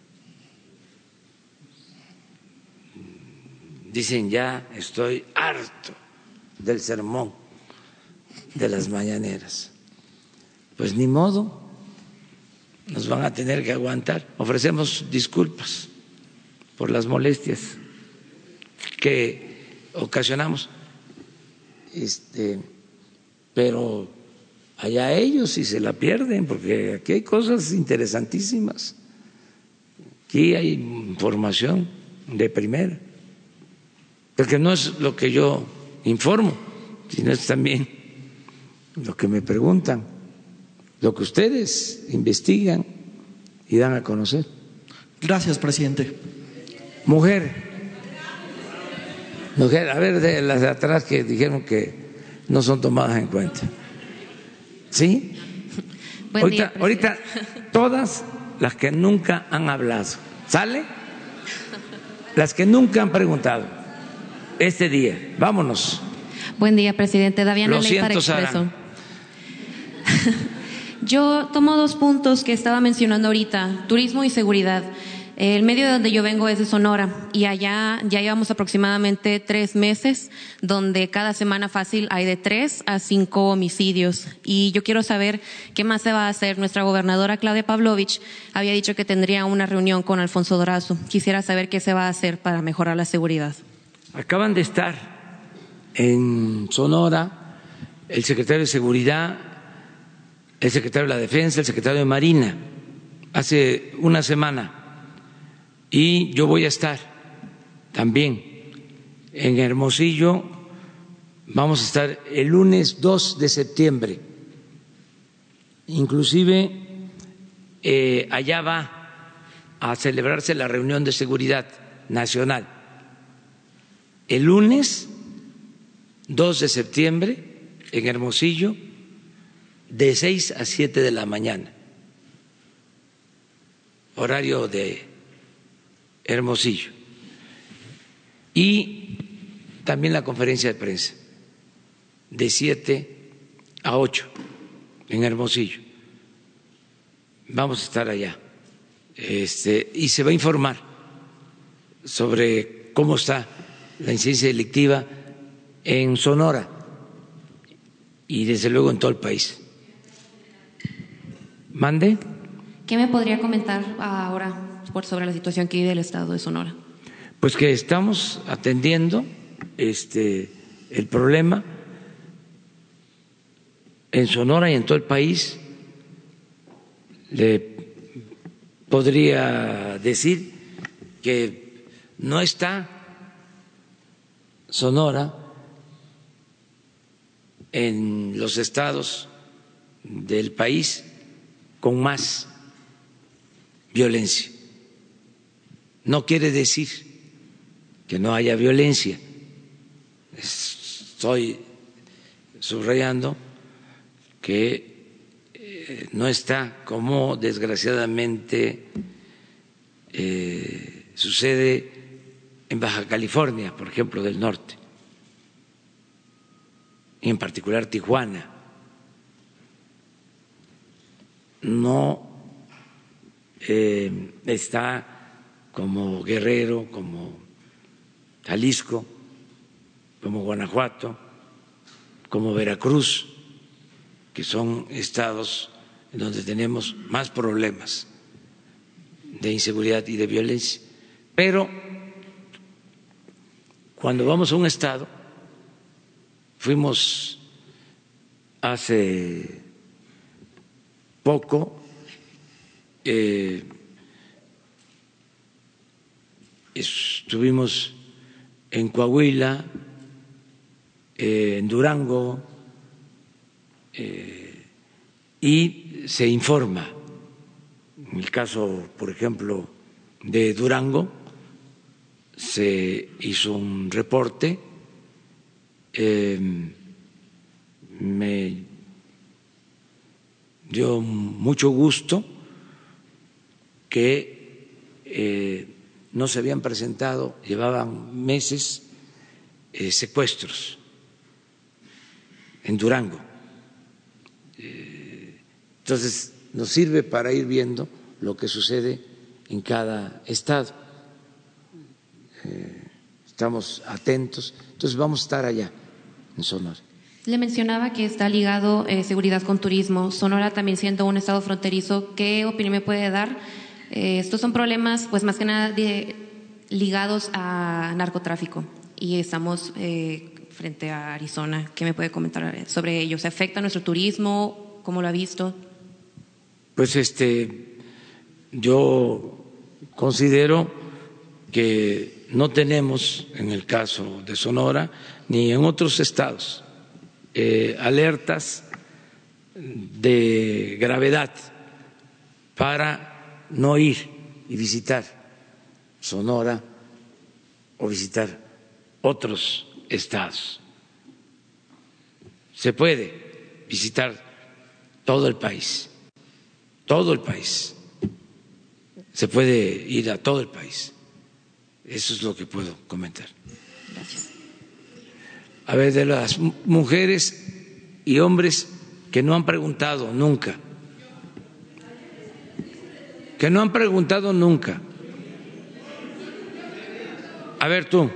Dicen, ya estoy harto del sermón de las mañaneras. Pues ni modo, nos van a tener que aguantar. Ofrecemos disculpas por las molestias que ocasionamos, este, pero allá ellos si se la pierden, porque aquí hay cosas interesantísimas, aquí hay información de primera, porque no es lo que yo informo, sino es también lo que me preguntan, lo que ustedes investigan y dan a conocer. Gracias, presidente. Mujer, mujer, a ver, de las de atrás que dijeron que no son tomadas en cuenta. ¿Sí? Buen ahorita, día, ahorita todas las que nunca han hablado, ¿sale? Las que nunca han preguntado este día. Vámonos. Buen día, presidente. Daviana Lo Ley para siento, Expreso. Sara. Yo tomo dos puntos que estaba mencionando ahorita, turismo y seguridad. El medio de donde yo vengo es de Sonora y allá ya llevamos aproximadamente tres meses donde cada semana fácil hay de tres a cinco homicidios. Y yo quiero saber qué más se va a hacer. Nuestra gobernadora Claudia Pavlovich había dicho que tendría una reunión con Alfonso Durazo. Quisiera saber qué se va a hacer para mejorar la seguridad. Acaban de estar en Sonora el secretario de Seguridad, el secretario de la Defensa, el secretario de Marina, hace una semana. Y yo voy a estar también en Hermosillo, vamos a estar el lunes dos de septiembre. Inclusive eh, allá va a celebrarse la reunión de seguridad nacional. El lunes dos de septiembre en Hermosillo, de seis a siete de la mañana. horario de Hermosillo. Y también la conferencia de prensa, de siete a ocho en Hermosillo. Vamos a estar allá. Este, y se va a informar sobre cómo está la incidencia delictiva en Sonora y desde luego en todo el país. ¿Mande? ¿Qué me podría comentar ahora sobre la situación que vive el estado de Sonora? Pues que estamos atendiendo este, el problema en Sonora y en todo el país. Le podría decir que no está Sonora en los estados del país con más violencia. No quiere decir que no haya violencia. Estoy subrayando que no está como desgraciadamente eh, sucede en Baja California, por ejemplo, del norte, y en particular Tijuana. No eh, está como Guerrero, como Jalisco, como Guanajuato, como Veracruz, que son estados en donde tenemos más problemas de inseguridad y de violencia. Pero cuando vamos a un estado, fuimos hace poco, eh, estuvimos en Coahuila, eh, en Durango, eh, y se informa. En el caso, por ejemplo, de Durango, se hizo un reporte, eh, me dio mucho gusto que eh, no se habían presentado, llevaban meses, eh, secuestros en Durango. Eh, entonces, nos sirve para ir viendo lo que sucede en cada estado. Eh, estamos atentos, entonces vamos a estar allá en Sonora. Le mencionaba que está ligado eh, seguridad con turismo. Sonora también siendo un estado fronterizo, ¿qué opinión me puede dar? Eh, estos son problemas, pues más que nada de, ligados a narcotráfico y estamos eh, frente a Arizona. ¿Qué me puede comentar sobre ello? ¿Se afecta nuestro turismo? ¿Cómo lo ha visto? Pues este, yo considero que no tenemos, en el caso de Sonora, ni en otros estados, eh, alertas de gravedad para no ir y visitar Sonora o visitar otros estados. Se puede visitar todo el país, todo el país. Se puede ir a todo el país. Eso es lo que puedo comentar. Gracias. A ver, de las mujeres y hombres que no han preguntado nunca, que no han preguntado nunca. A ver tú,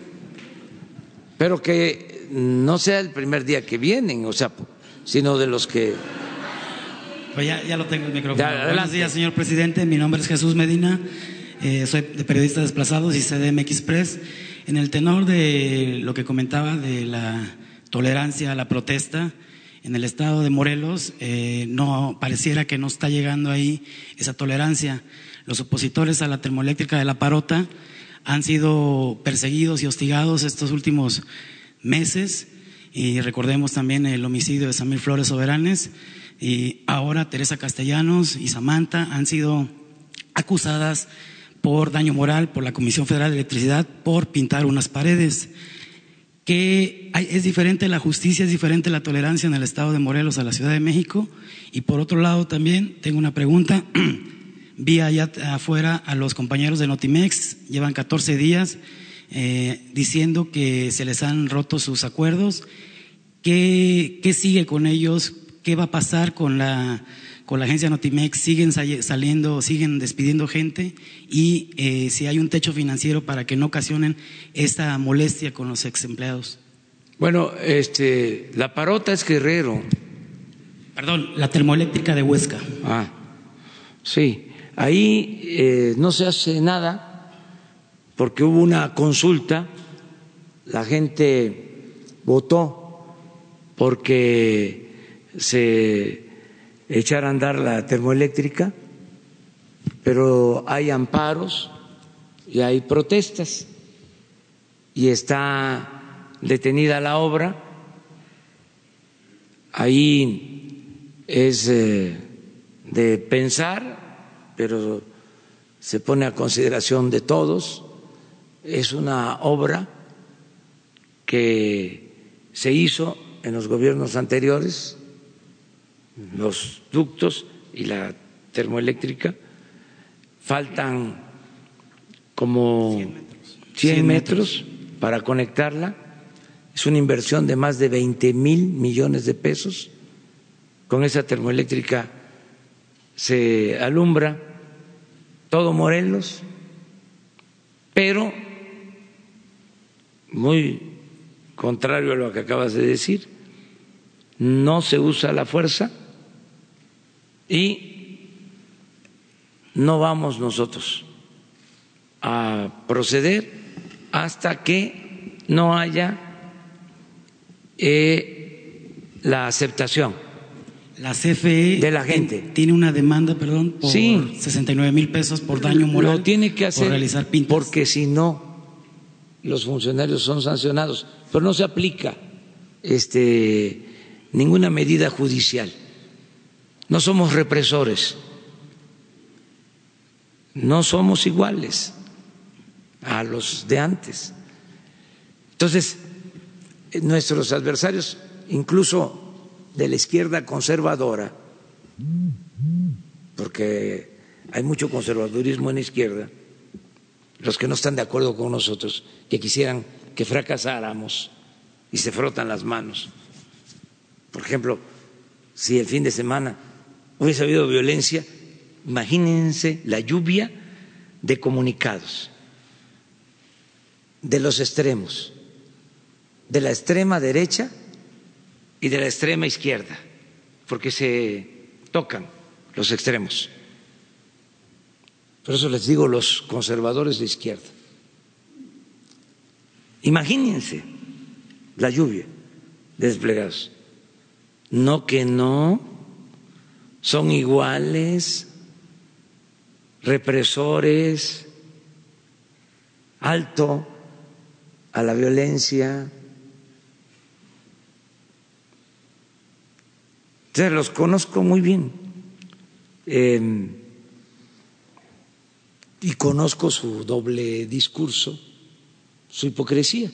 pero que no sea el primer día que vienen, o sea, sino de los que… Pues ya, ya lo tengo el micrófono. Ya, buenos días, señor presidente. Mi nombre es Jesús Medina. Eh, soy de Periodistas Desplazados y C D M X Press. En el tenor de lo que comentaba de la tolerancia a la protesta en el estado de Morelos, eh, no pareciera que no está llegando ahí esa tolerancia. Los opositores a la termoeléctrica de La Parota han sido perseguidos y hostigados estos últimos meses, y recordemos también el homicidio de Samir Flores Soberanes, y ahora Teresa Castellanos y Samantha han sido acusadas por daño moral por la Comisión Federal de Electricidad por pintar unas paredes. Que hay, es diferente la justicia, es diferente la tolerancia en el estado de Morelos a la Ciudad de México. Y por otro lado también tengo una pregunta. Vi allá afuera a los compañeros de Notimex, llevan catorce días eh, diciendo que se les han roto sus acuerdos. ¿Qué, qué sigue con ellos? ¿Qué va a pasar con la, con la agencia Notimex? ¿Siguen saliendo, siguen despidiendo gente? Y eh, si hay un techo financiero para que no ocasionen esta molestia con los ex empleados. Bueno, este, la Parota es Guerrero. Perdón, la termoeléctrica de Huesca. Ah, sí. Ahí eh, no se hace nada porque hubo una consulta, la gente votó porque se echara a andar la termoeléctrica, pero hay amparos y hay protestas y está detenida la obra. Ahí es eh, de pensar, pero se pone a consideración de todos. Es una obra que se hizo en los gobiernos anteriores, los ductos y la termoeléctrica. Faltan como cien metros para conectarla. Es una inversión de más de veinte mil millones de pesos. Con esa termoeléctrica se alumbra todo Morelos, pero muy contrario a lo que acabas de decir, no se usa la fuerza y no vamos nosotros a proceder hasta que no haya eh, la aceptación la C F E de la gente. Tiene una demanda, perdón, por sí, sesenta y nueve mil pesos por daño moral. Lo tiene que hacer por realizar pintas. Porque si no, los funcionarios son sancionados. Pero no se aplica este, ninguna medida judicial. No somos represores. No somos iguales a los de antes. Entonces, nuestros adversarios, incluso de la izquierda conservadora, porque hay mucho conservadurismo en la izquierda, los que no están de acuerdo con nosotros, que quisieran que fracasáramos y se frotan las manos. Por ejemplo, si el fin de semana hubiese habido violencia, imagínense la lluvia de comunicados de los extremos, de la extrema derecha y de la extrema izquierda, porque se tocan los extremos. Por eso les digo los conservadores de izquierda. Imagínense la lluvia de desplegados. No que no, son iguales, represores, alto a la violencia. Entonces, los conozco muy bien eh, y conozco su doble discurso, su hipocresía.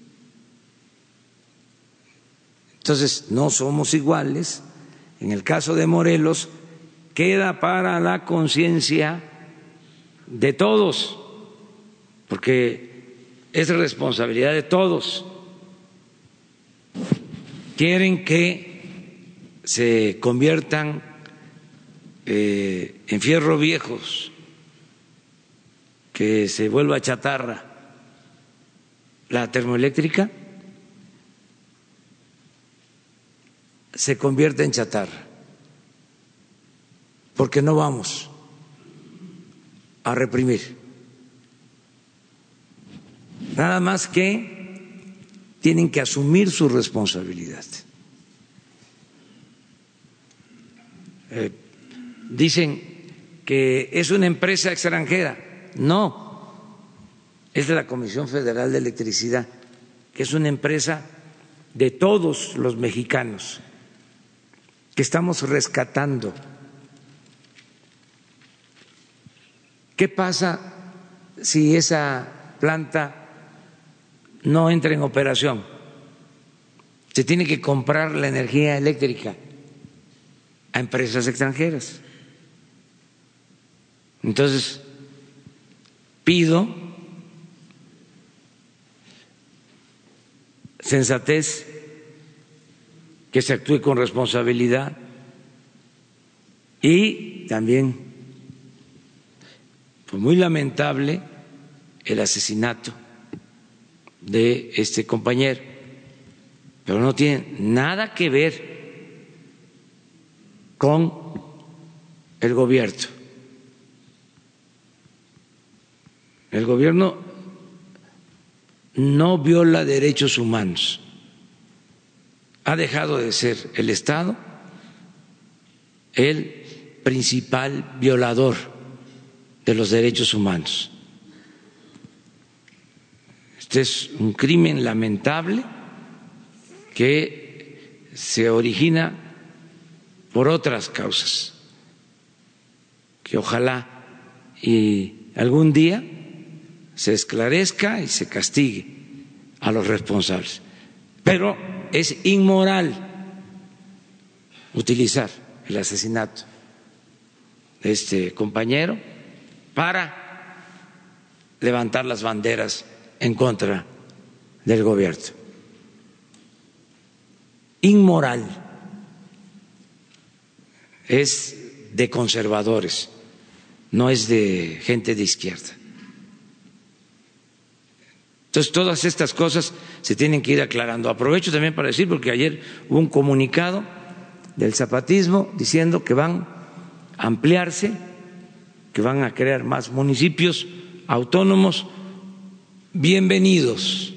Entonces, no somos iguales. En el caso de Morelos, queda para la conciencia de todos, porque es responsabilidad de todos. Quieren que se conviertan eh, en fierro viejos, que se vuelva chatarra la termoeléctrica, se convierte en chatarra, porque no vamos a reprimir. Nada más que tienen que asumir su responsabilidad. Eh, dicen que es una empresa extranjera. No, es de la Comisión Federal de Electricidad, que es una empresa de todos los mexicanos que estamos rescatando. ¿Qué pasa si esa planta no entra en operación? Se tiene que comprar la energía eléctrica a empresas extranjeras. Entonces, pido sensatez, que se actúe con responsabilidad y también fue muy lamentable el asesinato de este compañero, pero no tiene nada que ver con el gobierno. El gobierno no viola derechos humanos, ha dejado de ser el Estado el principal violador de los derechos humanos. Este es un crimen lamentable que se origina por otras causas, que ojalá y algún día se esclarezca y se castigue a los responsables. Pero es inmoral utilizar el asesinato de este compañero para levantar las banderas en contra del gobierno. Inmoral, es de conservadores, no es de gente de izquierda. Entonces, todas estas cosas se tienen que ir aclarando. Aprovecho también para decir, porque ayer hubo un comunicado del zapatismo diciendo que van a ampliarse, que van a crear más municipios autónomos. Bienvenidos.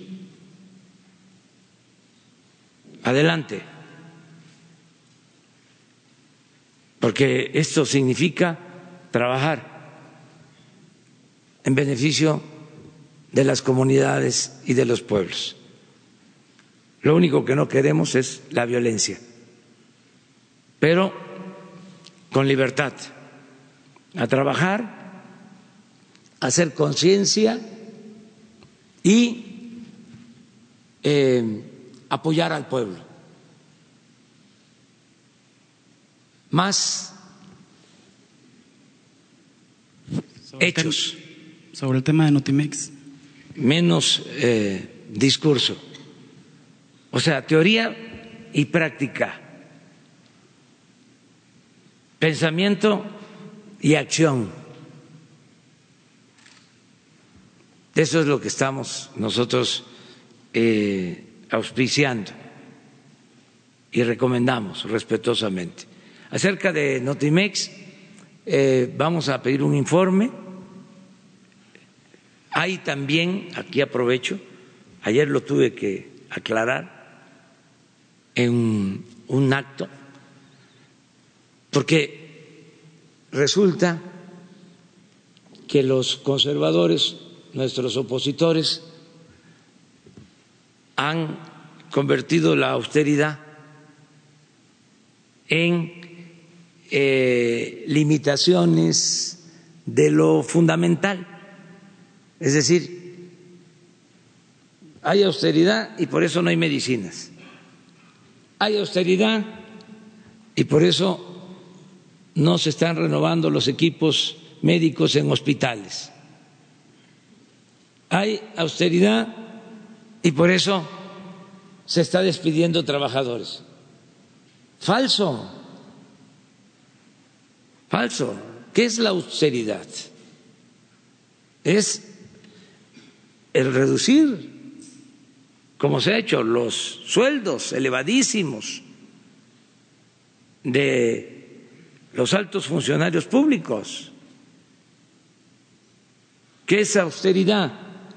Adelante. Porque esto significa trabajar en beneficio de las comunidades y de los pueblos. Lo único que no queremos es la violencia, pero con libertad, a trabajar, a hacer conciencia y eh, apoyar al pueblo. Más sobre hechos. El tema, sobre el tema de Notimex. Menos eh, discurso, o sea, teoría y práctica, pensamiento y acción. Eso es lo que estamos nosotros eh, auspiciando y recomendamos respetuosamente. Acerca de Notimex, eh, vamos a pedir un informe. Hay también, aquí aprovecho, ayer lo tuve que aclarar en un acto, porque resulta que los conservadores, nuestros opositores, han convertido la austeridad en eh, limitaciones de lo fundamental. Es decir, hay austeridad y por eso no hay medicinas. Hay austeridad y por eso no se están renovando los equipos médicos en hospitales. Hay austeridad y por eso se está despidiendo trabajadores. Falso, falso. ¿Qué es la austeridad? Es el reducir, como se ha hecho, los sueldos elevadísimos de los altos funcionarios públicos. ¿Qué es austeridad?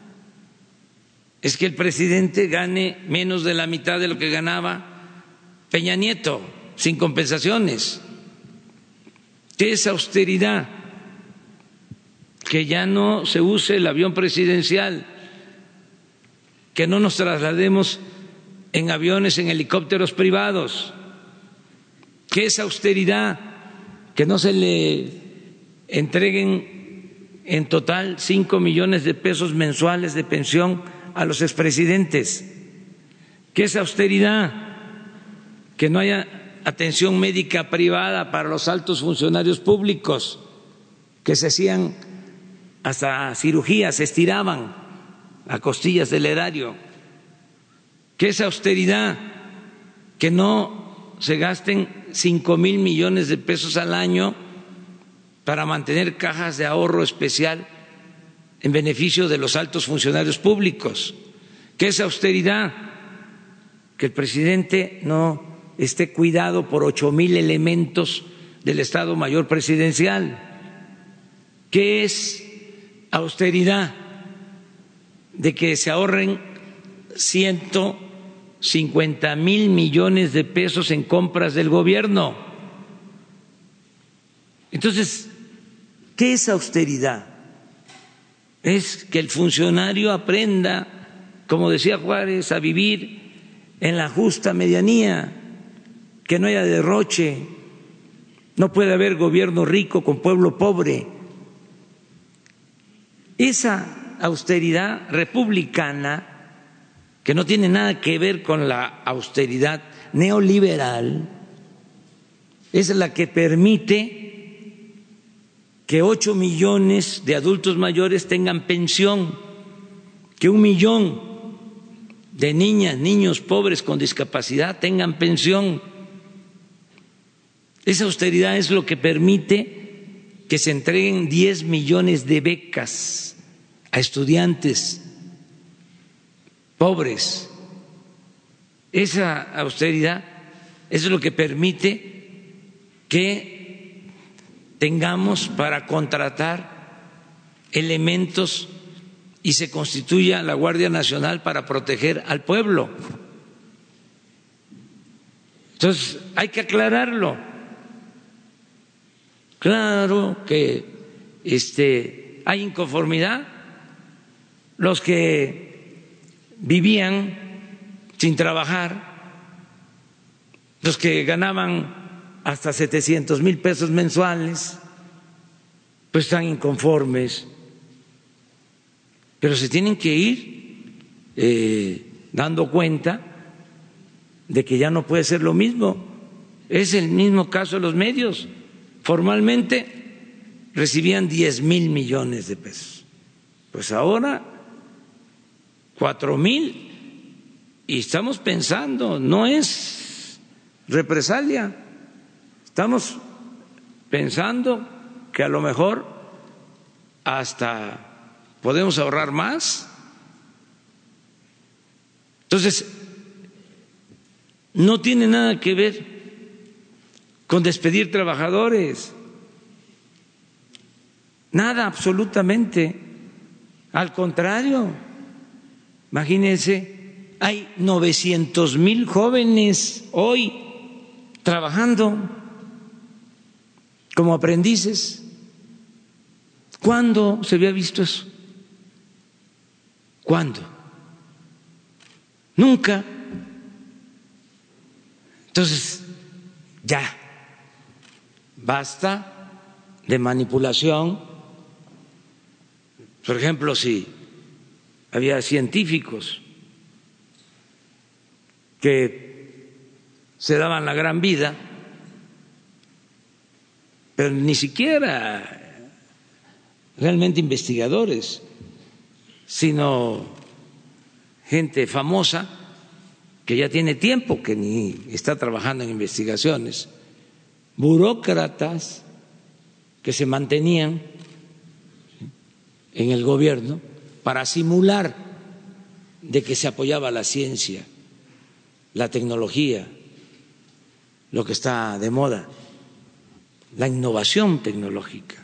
Es que el presidente gane menos de la mitad de lo que ganaba Peña Nieto, sin compensaciones. ¿Qué es austeridad? Que ya no se use el avión presidencial, que no nos traslademos en aviones, en helicópteros privados. ¿Qué es austeridad? Que no se le entreguen en total cinco millones de pesos mensuales de pensión a los expresidentes. ¿Qué es austeridad? Que no haya atención médica privada para los altos funcionarios públicos. que se hacían hasta cirugías, se estiraban a costillas del erario, que esa austeridad, que no se gasten cinco mil millones de pesos al año para mantener cajas de ahorro especial en beneficio de los altos funcionarios públicos, que esa austeridad, que el presidente no esté cuidado por ocho mil elementos del Estado Mayor Presidencial, que es austeridad de que se ahorren ciento cincuenta mil millones de pesos en compras del gobierno. Entonces, ¿qué es austeridad? Es que el funcionario aprenda, como decía Juárez, a vivir en la justa medianía, que no haya derroche, no puede haber gobierno rico con pueblo pobre. Esa austeridad republicana, que no tiene nada que ver con la austeridad neoliberal, es la que permite que ocho millones de adultos mayores tengan pensión, que un millón de niñas, niños pobres con discapacidad tengan pensión. Esa austeridad es lo que permite que se entreguen diez millones de becas a estudiantes pobres. Esa austeridad es lo que permite que tengamos para contratar elementos y se constituya la Guardia Nacional para proteger al pueblo. Entonces, hay que aclararlo. Claro que este, hay inconformidad. Los que vivían sin trabajar, los que ganaban hasta setecientos mil pesos mensuales, pues están inconformes, pero se tienen que ir eh, dando cuenta de que ya no puede ser lo mismo. Es el mismo caso de los medios. Formalmente recibían diez mil millones de pesos, pues ahora cuatro mil, y estamos pensando, no es represalia, estamos pensando que a lo mejor hasta podemos ahorrar más. Entonces, no tiene nada que ver con despedir trabajadores, nada, absolutamente, al contrario. Imagínense, hay novecientos mil jóvenes hoy trabajando como aprendices. ¿Cuándo se había visto eso? ¿Cuándo? Nunca. Entonces, ya, basta de manipulación. Por ejemplo, si había científicos que se daban la gran vida, pero ni siquiera realmente investigadores, sino gente famosa que ya tiene tiempo que ni está trabajando en investigaciones, burócratas que se mantenían en el gobierno para simular de que se apoyaba la ciencia, la tecnología, lo que está de moda, la innovación tecnológica.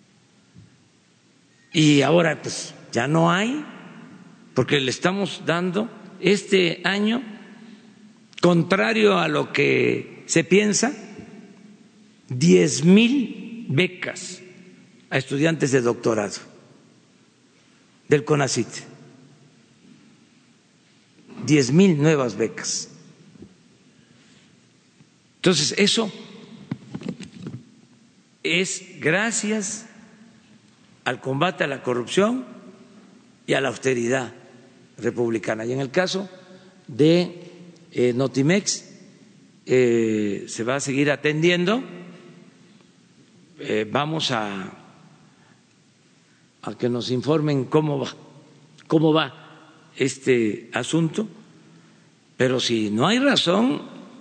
Y ahora pues ya no hay, porque le estamos dando este año, contrario a lo que se piensa, diez mil becas a estudiantes de doctorado del CONACYT, diez mil nuevas becas. Entonces, eso es gracias al combate a la corrupción y a la austeridad republicana. Y en el caso de eh, Notimex, eh, se va a seguir atendiendo. Eh, vamos a a que nos informen cómo va, cómo va este asunto, pero si no hay razón,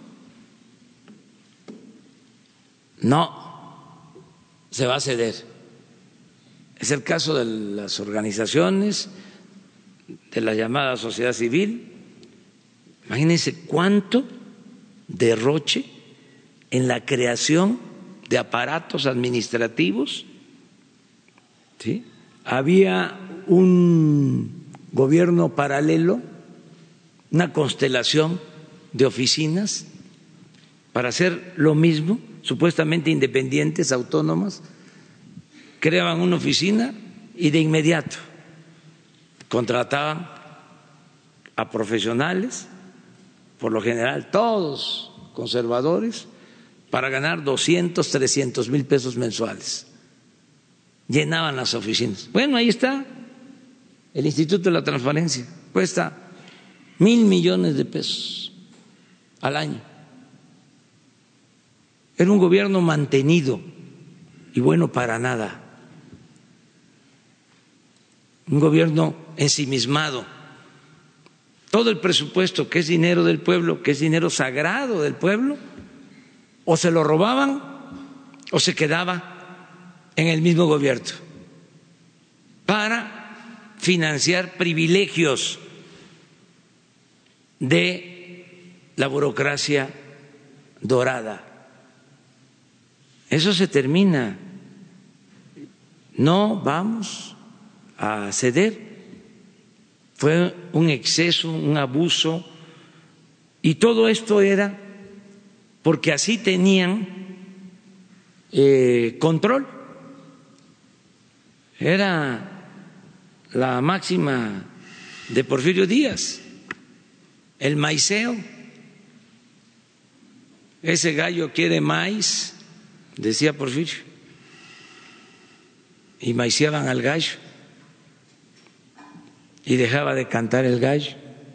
no se va a ceder. Es el caso de las organizaciones, de la llamada sociedad civil. Imagínense cuánto derroche en la creación de aparatos administrativos, ¿sí? Había un gobierno paralelo, una constelación de oficinas para hacer lo mismo, supuestamente independientes, autónomas, creaban una oficina y de inmediato contrataban a profesionales, por lo general todos conservadores, para ganar doscientos, trescientos mil pesos mensuales. Llenaban las oficinas. Bueno, ahí está el Instituto de la Transparencia, cuesta mil millones de pesos al año. Era un gobierno mantenido y bueno para nada, un gobierno ensimismado. Todo el presupuesto, que es dinero del pueblo, que es dinero sagrado del pueblo, o se lo robaban o se quedaba en el mismo gobierno para financiar privilegios de la burocracia dorada. Eso se termina. No vamos a ceder. Fue un exceso, un abuso, y todo esto era porque así tenían eh, control. Era la máxima de Porfirio Díaz, el maiceo. Ese gallo quiere maíz, decía Porfirio, y maiceaban al gallo y dejaba de cantar el gallo.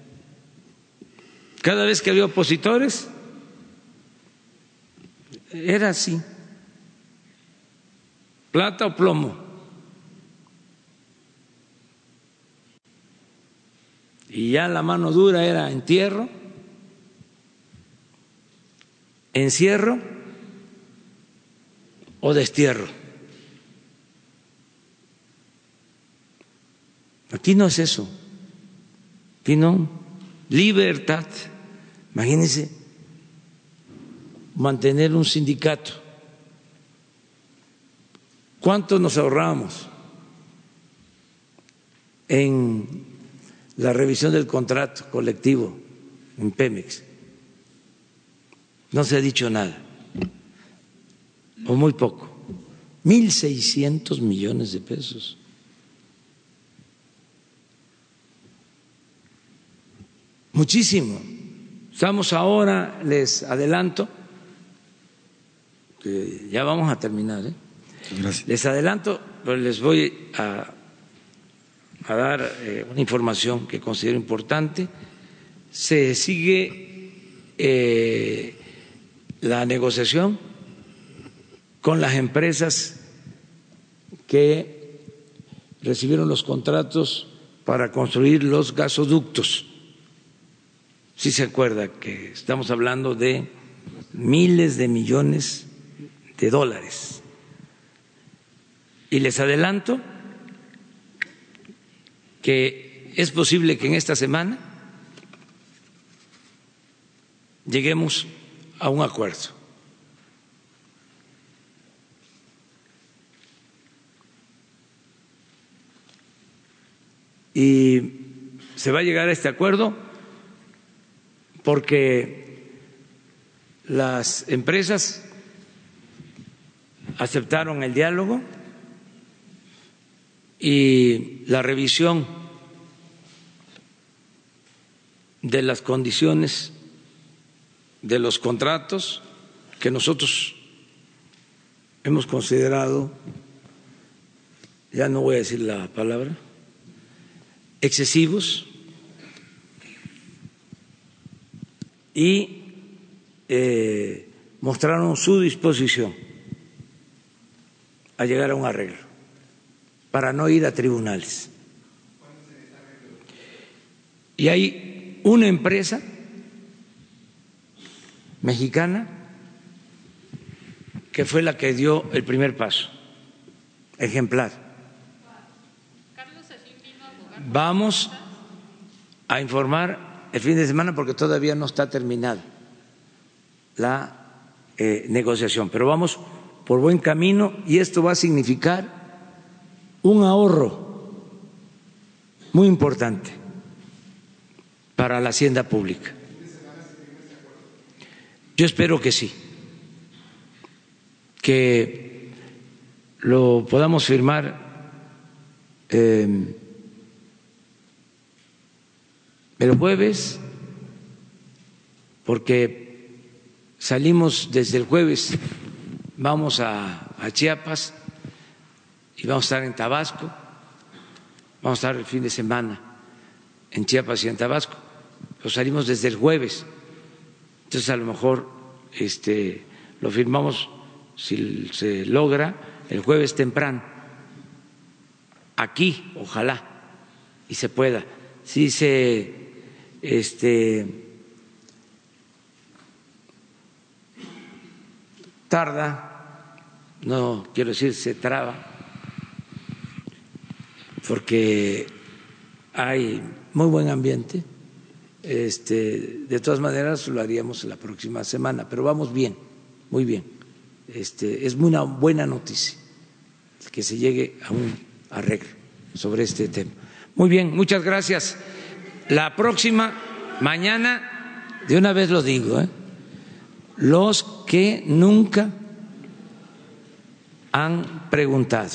Cada vez que había opositores era así, plata o plomo. Y ya la mano dura era entierro, encierro o destierro. Aquí no es eso, aquí no, libertad. Imagínense mantener un sindicato. ¿Cuánto nos ahorramos en la revisión del contrato colectivo en Pemex? No se ha dicho nada, o muy poco. Mil seiscientos millones de pesos. Muchísimo. Estamos ahora, les adelanto, que ya vamos a terminar, ¿eh? Gracias. Les adelanto, pero les voy a, a dar eh, una información que considero importante. Se sigue eh, la negociación con las empresas que recibieron los contratos para construir los gasoductos. Sí se acuerda que estamos hablando de miles de millones de dólares. Y les adelanto que es posible que en esta semana lleguemos a un acuerdo. Y se va a llegar a este acuerdo porque las empresas aceptaron el diálogo y la revisión de las condiciones de los contratos que nosotros hemos considerado, ya no voy a decir la palabra, excesivos, y eh, mostraron su disposición a llegar a un arreglo. para no ir a tribunales. Y hay una empresa mexicana que fue la que dio el primer paso, ejemplar. Vamos a informar el fin de semana porque todavía no está terminada la eh, negociación, pero vamos por buen camino y esto va a significar un ahorro muy importante para la hacienda pública. Yo espero que sí, que lo podamos firmar eh, el jueves, porque salimos desde el jueves, vamos a, a Chiapas y vamos a estar en Tabasco, vamos a estar el fin de semana en Chiapas y en Tabasco, pero salimos desde el jueves. Entonces a lo mejor este, lo firmamos, si se logra, el jueves temprano, aquí, ojalá, y se pueda. Si se este, tarda, no quiero decir se traba, porque hay muy buen ambiente. Este, de todas maneras lo haríamos la próxima semana, pero vamos bien, muy bien. Este, es una buena noticia que se llegue a un arreglo sobre este tema. Muy bien, muchas gracias. La próxima mañana, de una vez lo digo, ¿eh? Los que nunca han preguntado,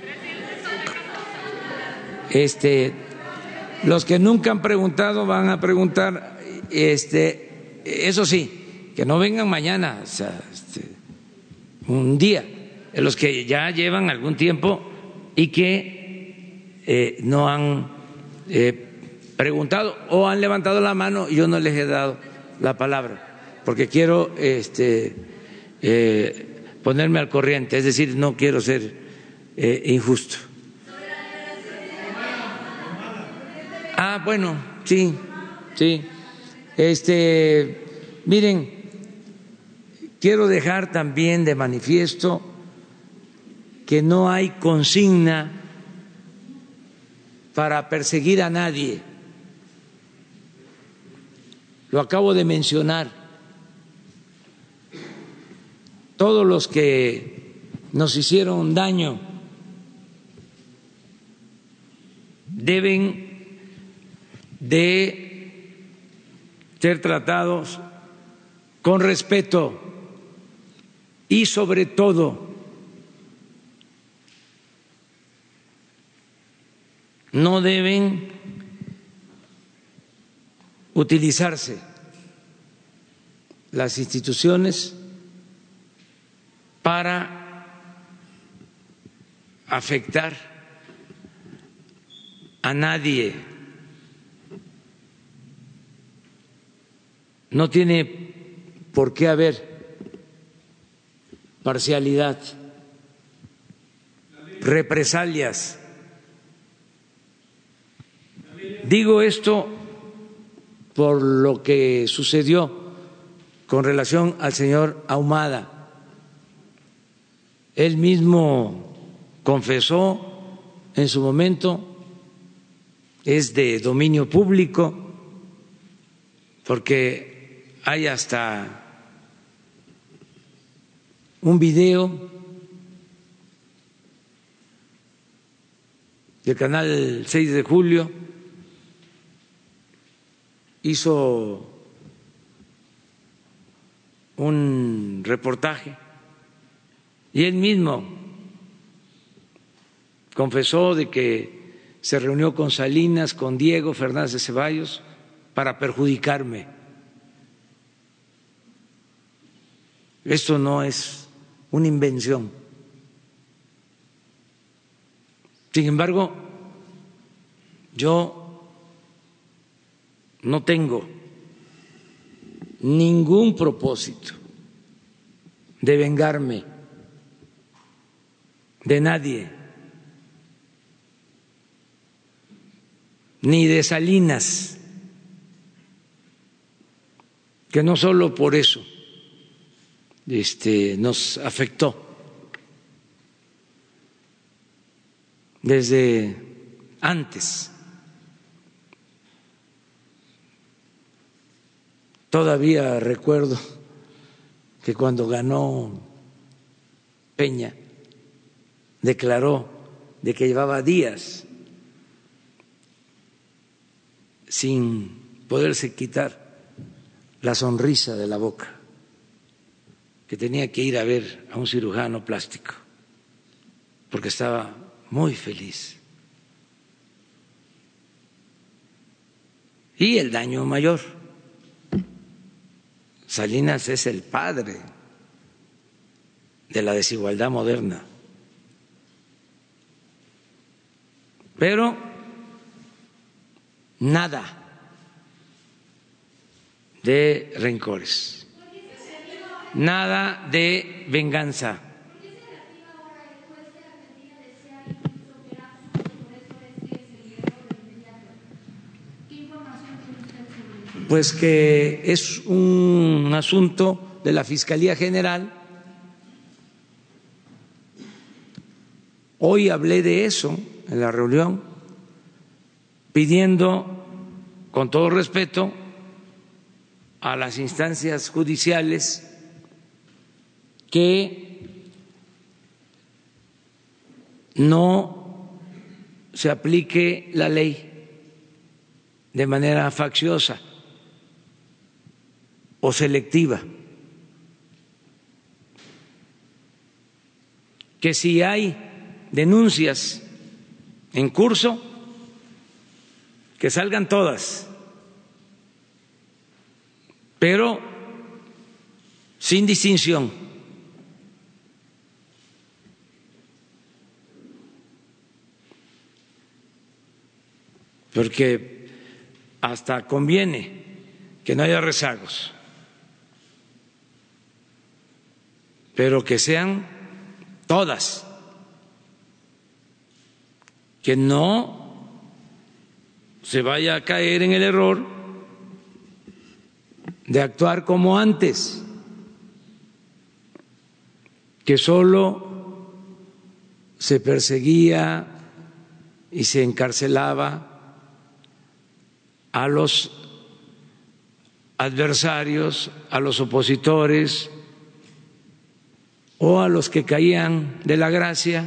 este. Los que nunca han preguntado van a preguntar, este, eso sí, que no vengan mañana, o sea, este, un día. Los que ya llevan algún tiempo y que eh, no han eh, preguntado o han levantado la mano y yo no les he dado la palabra, porque quiero este, eh, ponerme al corriente, es decir, no quiero ser eh, injusto. Ah, bueno, sí, sí. Este, miren, quiero dejar también de manifiesto que no hay consigna para perseguir a nadie. Lo acabo de mencionar. Todos los que nos hicieron daño deben de ser tratados con respeto y sobre todo no deben utilizarse las instituciones para afectar a nadie. No tiene por qué haber parcialidad, represalias. Digo esto por lo que sucedió con relación al señor Ahumada. Él mismo confesó en su momento, es de dominio público, porque hay hasta un video del canal seis de julio, hizo un reportaje y él mismo confesó de que se reunió con Salinas, con Diego Fernández de Ceballos para perjudicarme. Esto no es una invención. Sin embargo, yo no tengo ningún propósito de vengarme de nadie. ni de Salinas, que no solo por eso este, nos afectó. Desde antes, todavía recuerdo que cuando ganó Peña declaró de que llevaba días sin poderse quitar la sonrisa de la boca, que tenía que ir a ver a un cirujano plástico porque estaba muy feliz. Y el daño mayor. Salinas es el padre de la desigualdad moderna. Pero nada de rencores, nada de venganza. Pues que es un asunto de la Fiscalía General. Hoy hablé de eso en la reunión, pidiendo, con todo respeto, a las instancias judiciales que no se aplique la ley de manera facciosa o selectiva, que si hay denuncias en curso, que salgan todas, pero sin distinción. Porque hasta conviene que no haya rezagos, pero que sean todas, que no se vaya a caer en el error de actuar como antes, que solo se perseguía y se encarcelaba a los adversarios, a los opositores o a los que caían de la gracia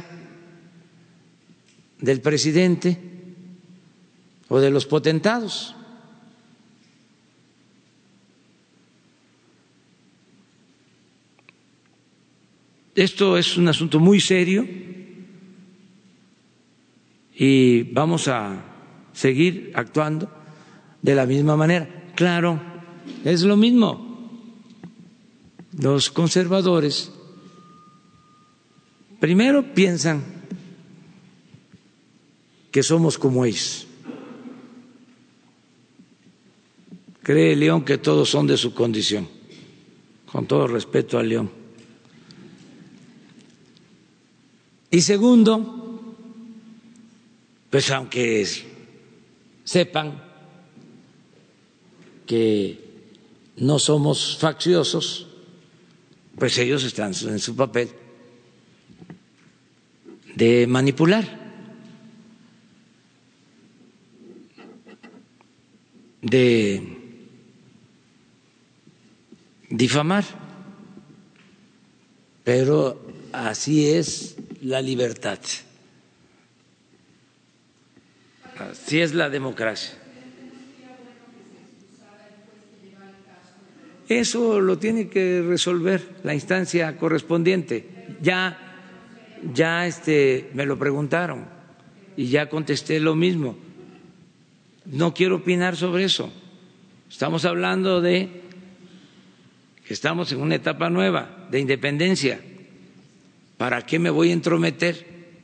del presidente o de los potentados. Esto es un asunto muy serio y vamos a seguir actuando de la misma manera. Claro, es lo mismo. Los conservadores primero piensan que somos como ellos. Cree León que todos son de su condición, con todo respeto a León. Y segundo, pues aunque sepan que no somos facciosos, pues ellos están en su papel de manipular, de difamar, pero así es la libertad, así es la democracia. Eso lo tiene que resolver la instancia correspondiente. Ya, ya este, me lo preguntaron y ya contesté lo mismo. No quiero opinar sobre eso. Estamos hablando de que estamos en una etapa nueva de independencia. ¿Para qué me voy a entrometer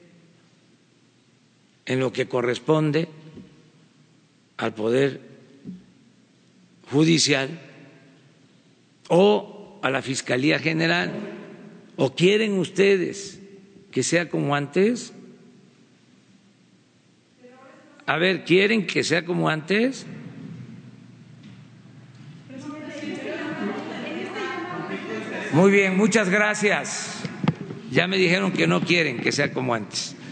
en lo que corresponde al Poder Judicial o a la Fiscalía General? ¿O quieren ustedes que sea como antes? A ver, ¿quieren que sea como antes? Muy bien, muchas gracias. Ya me dijeron que no quieren que sea como antes.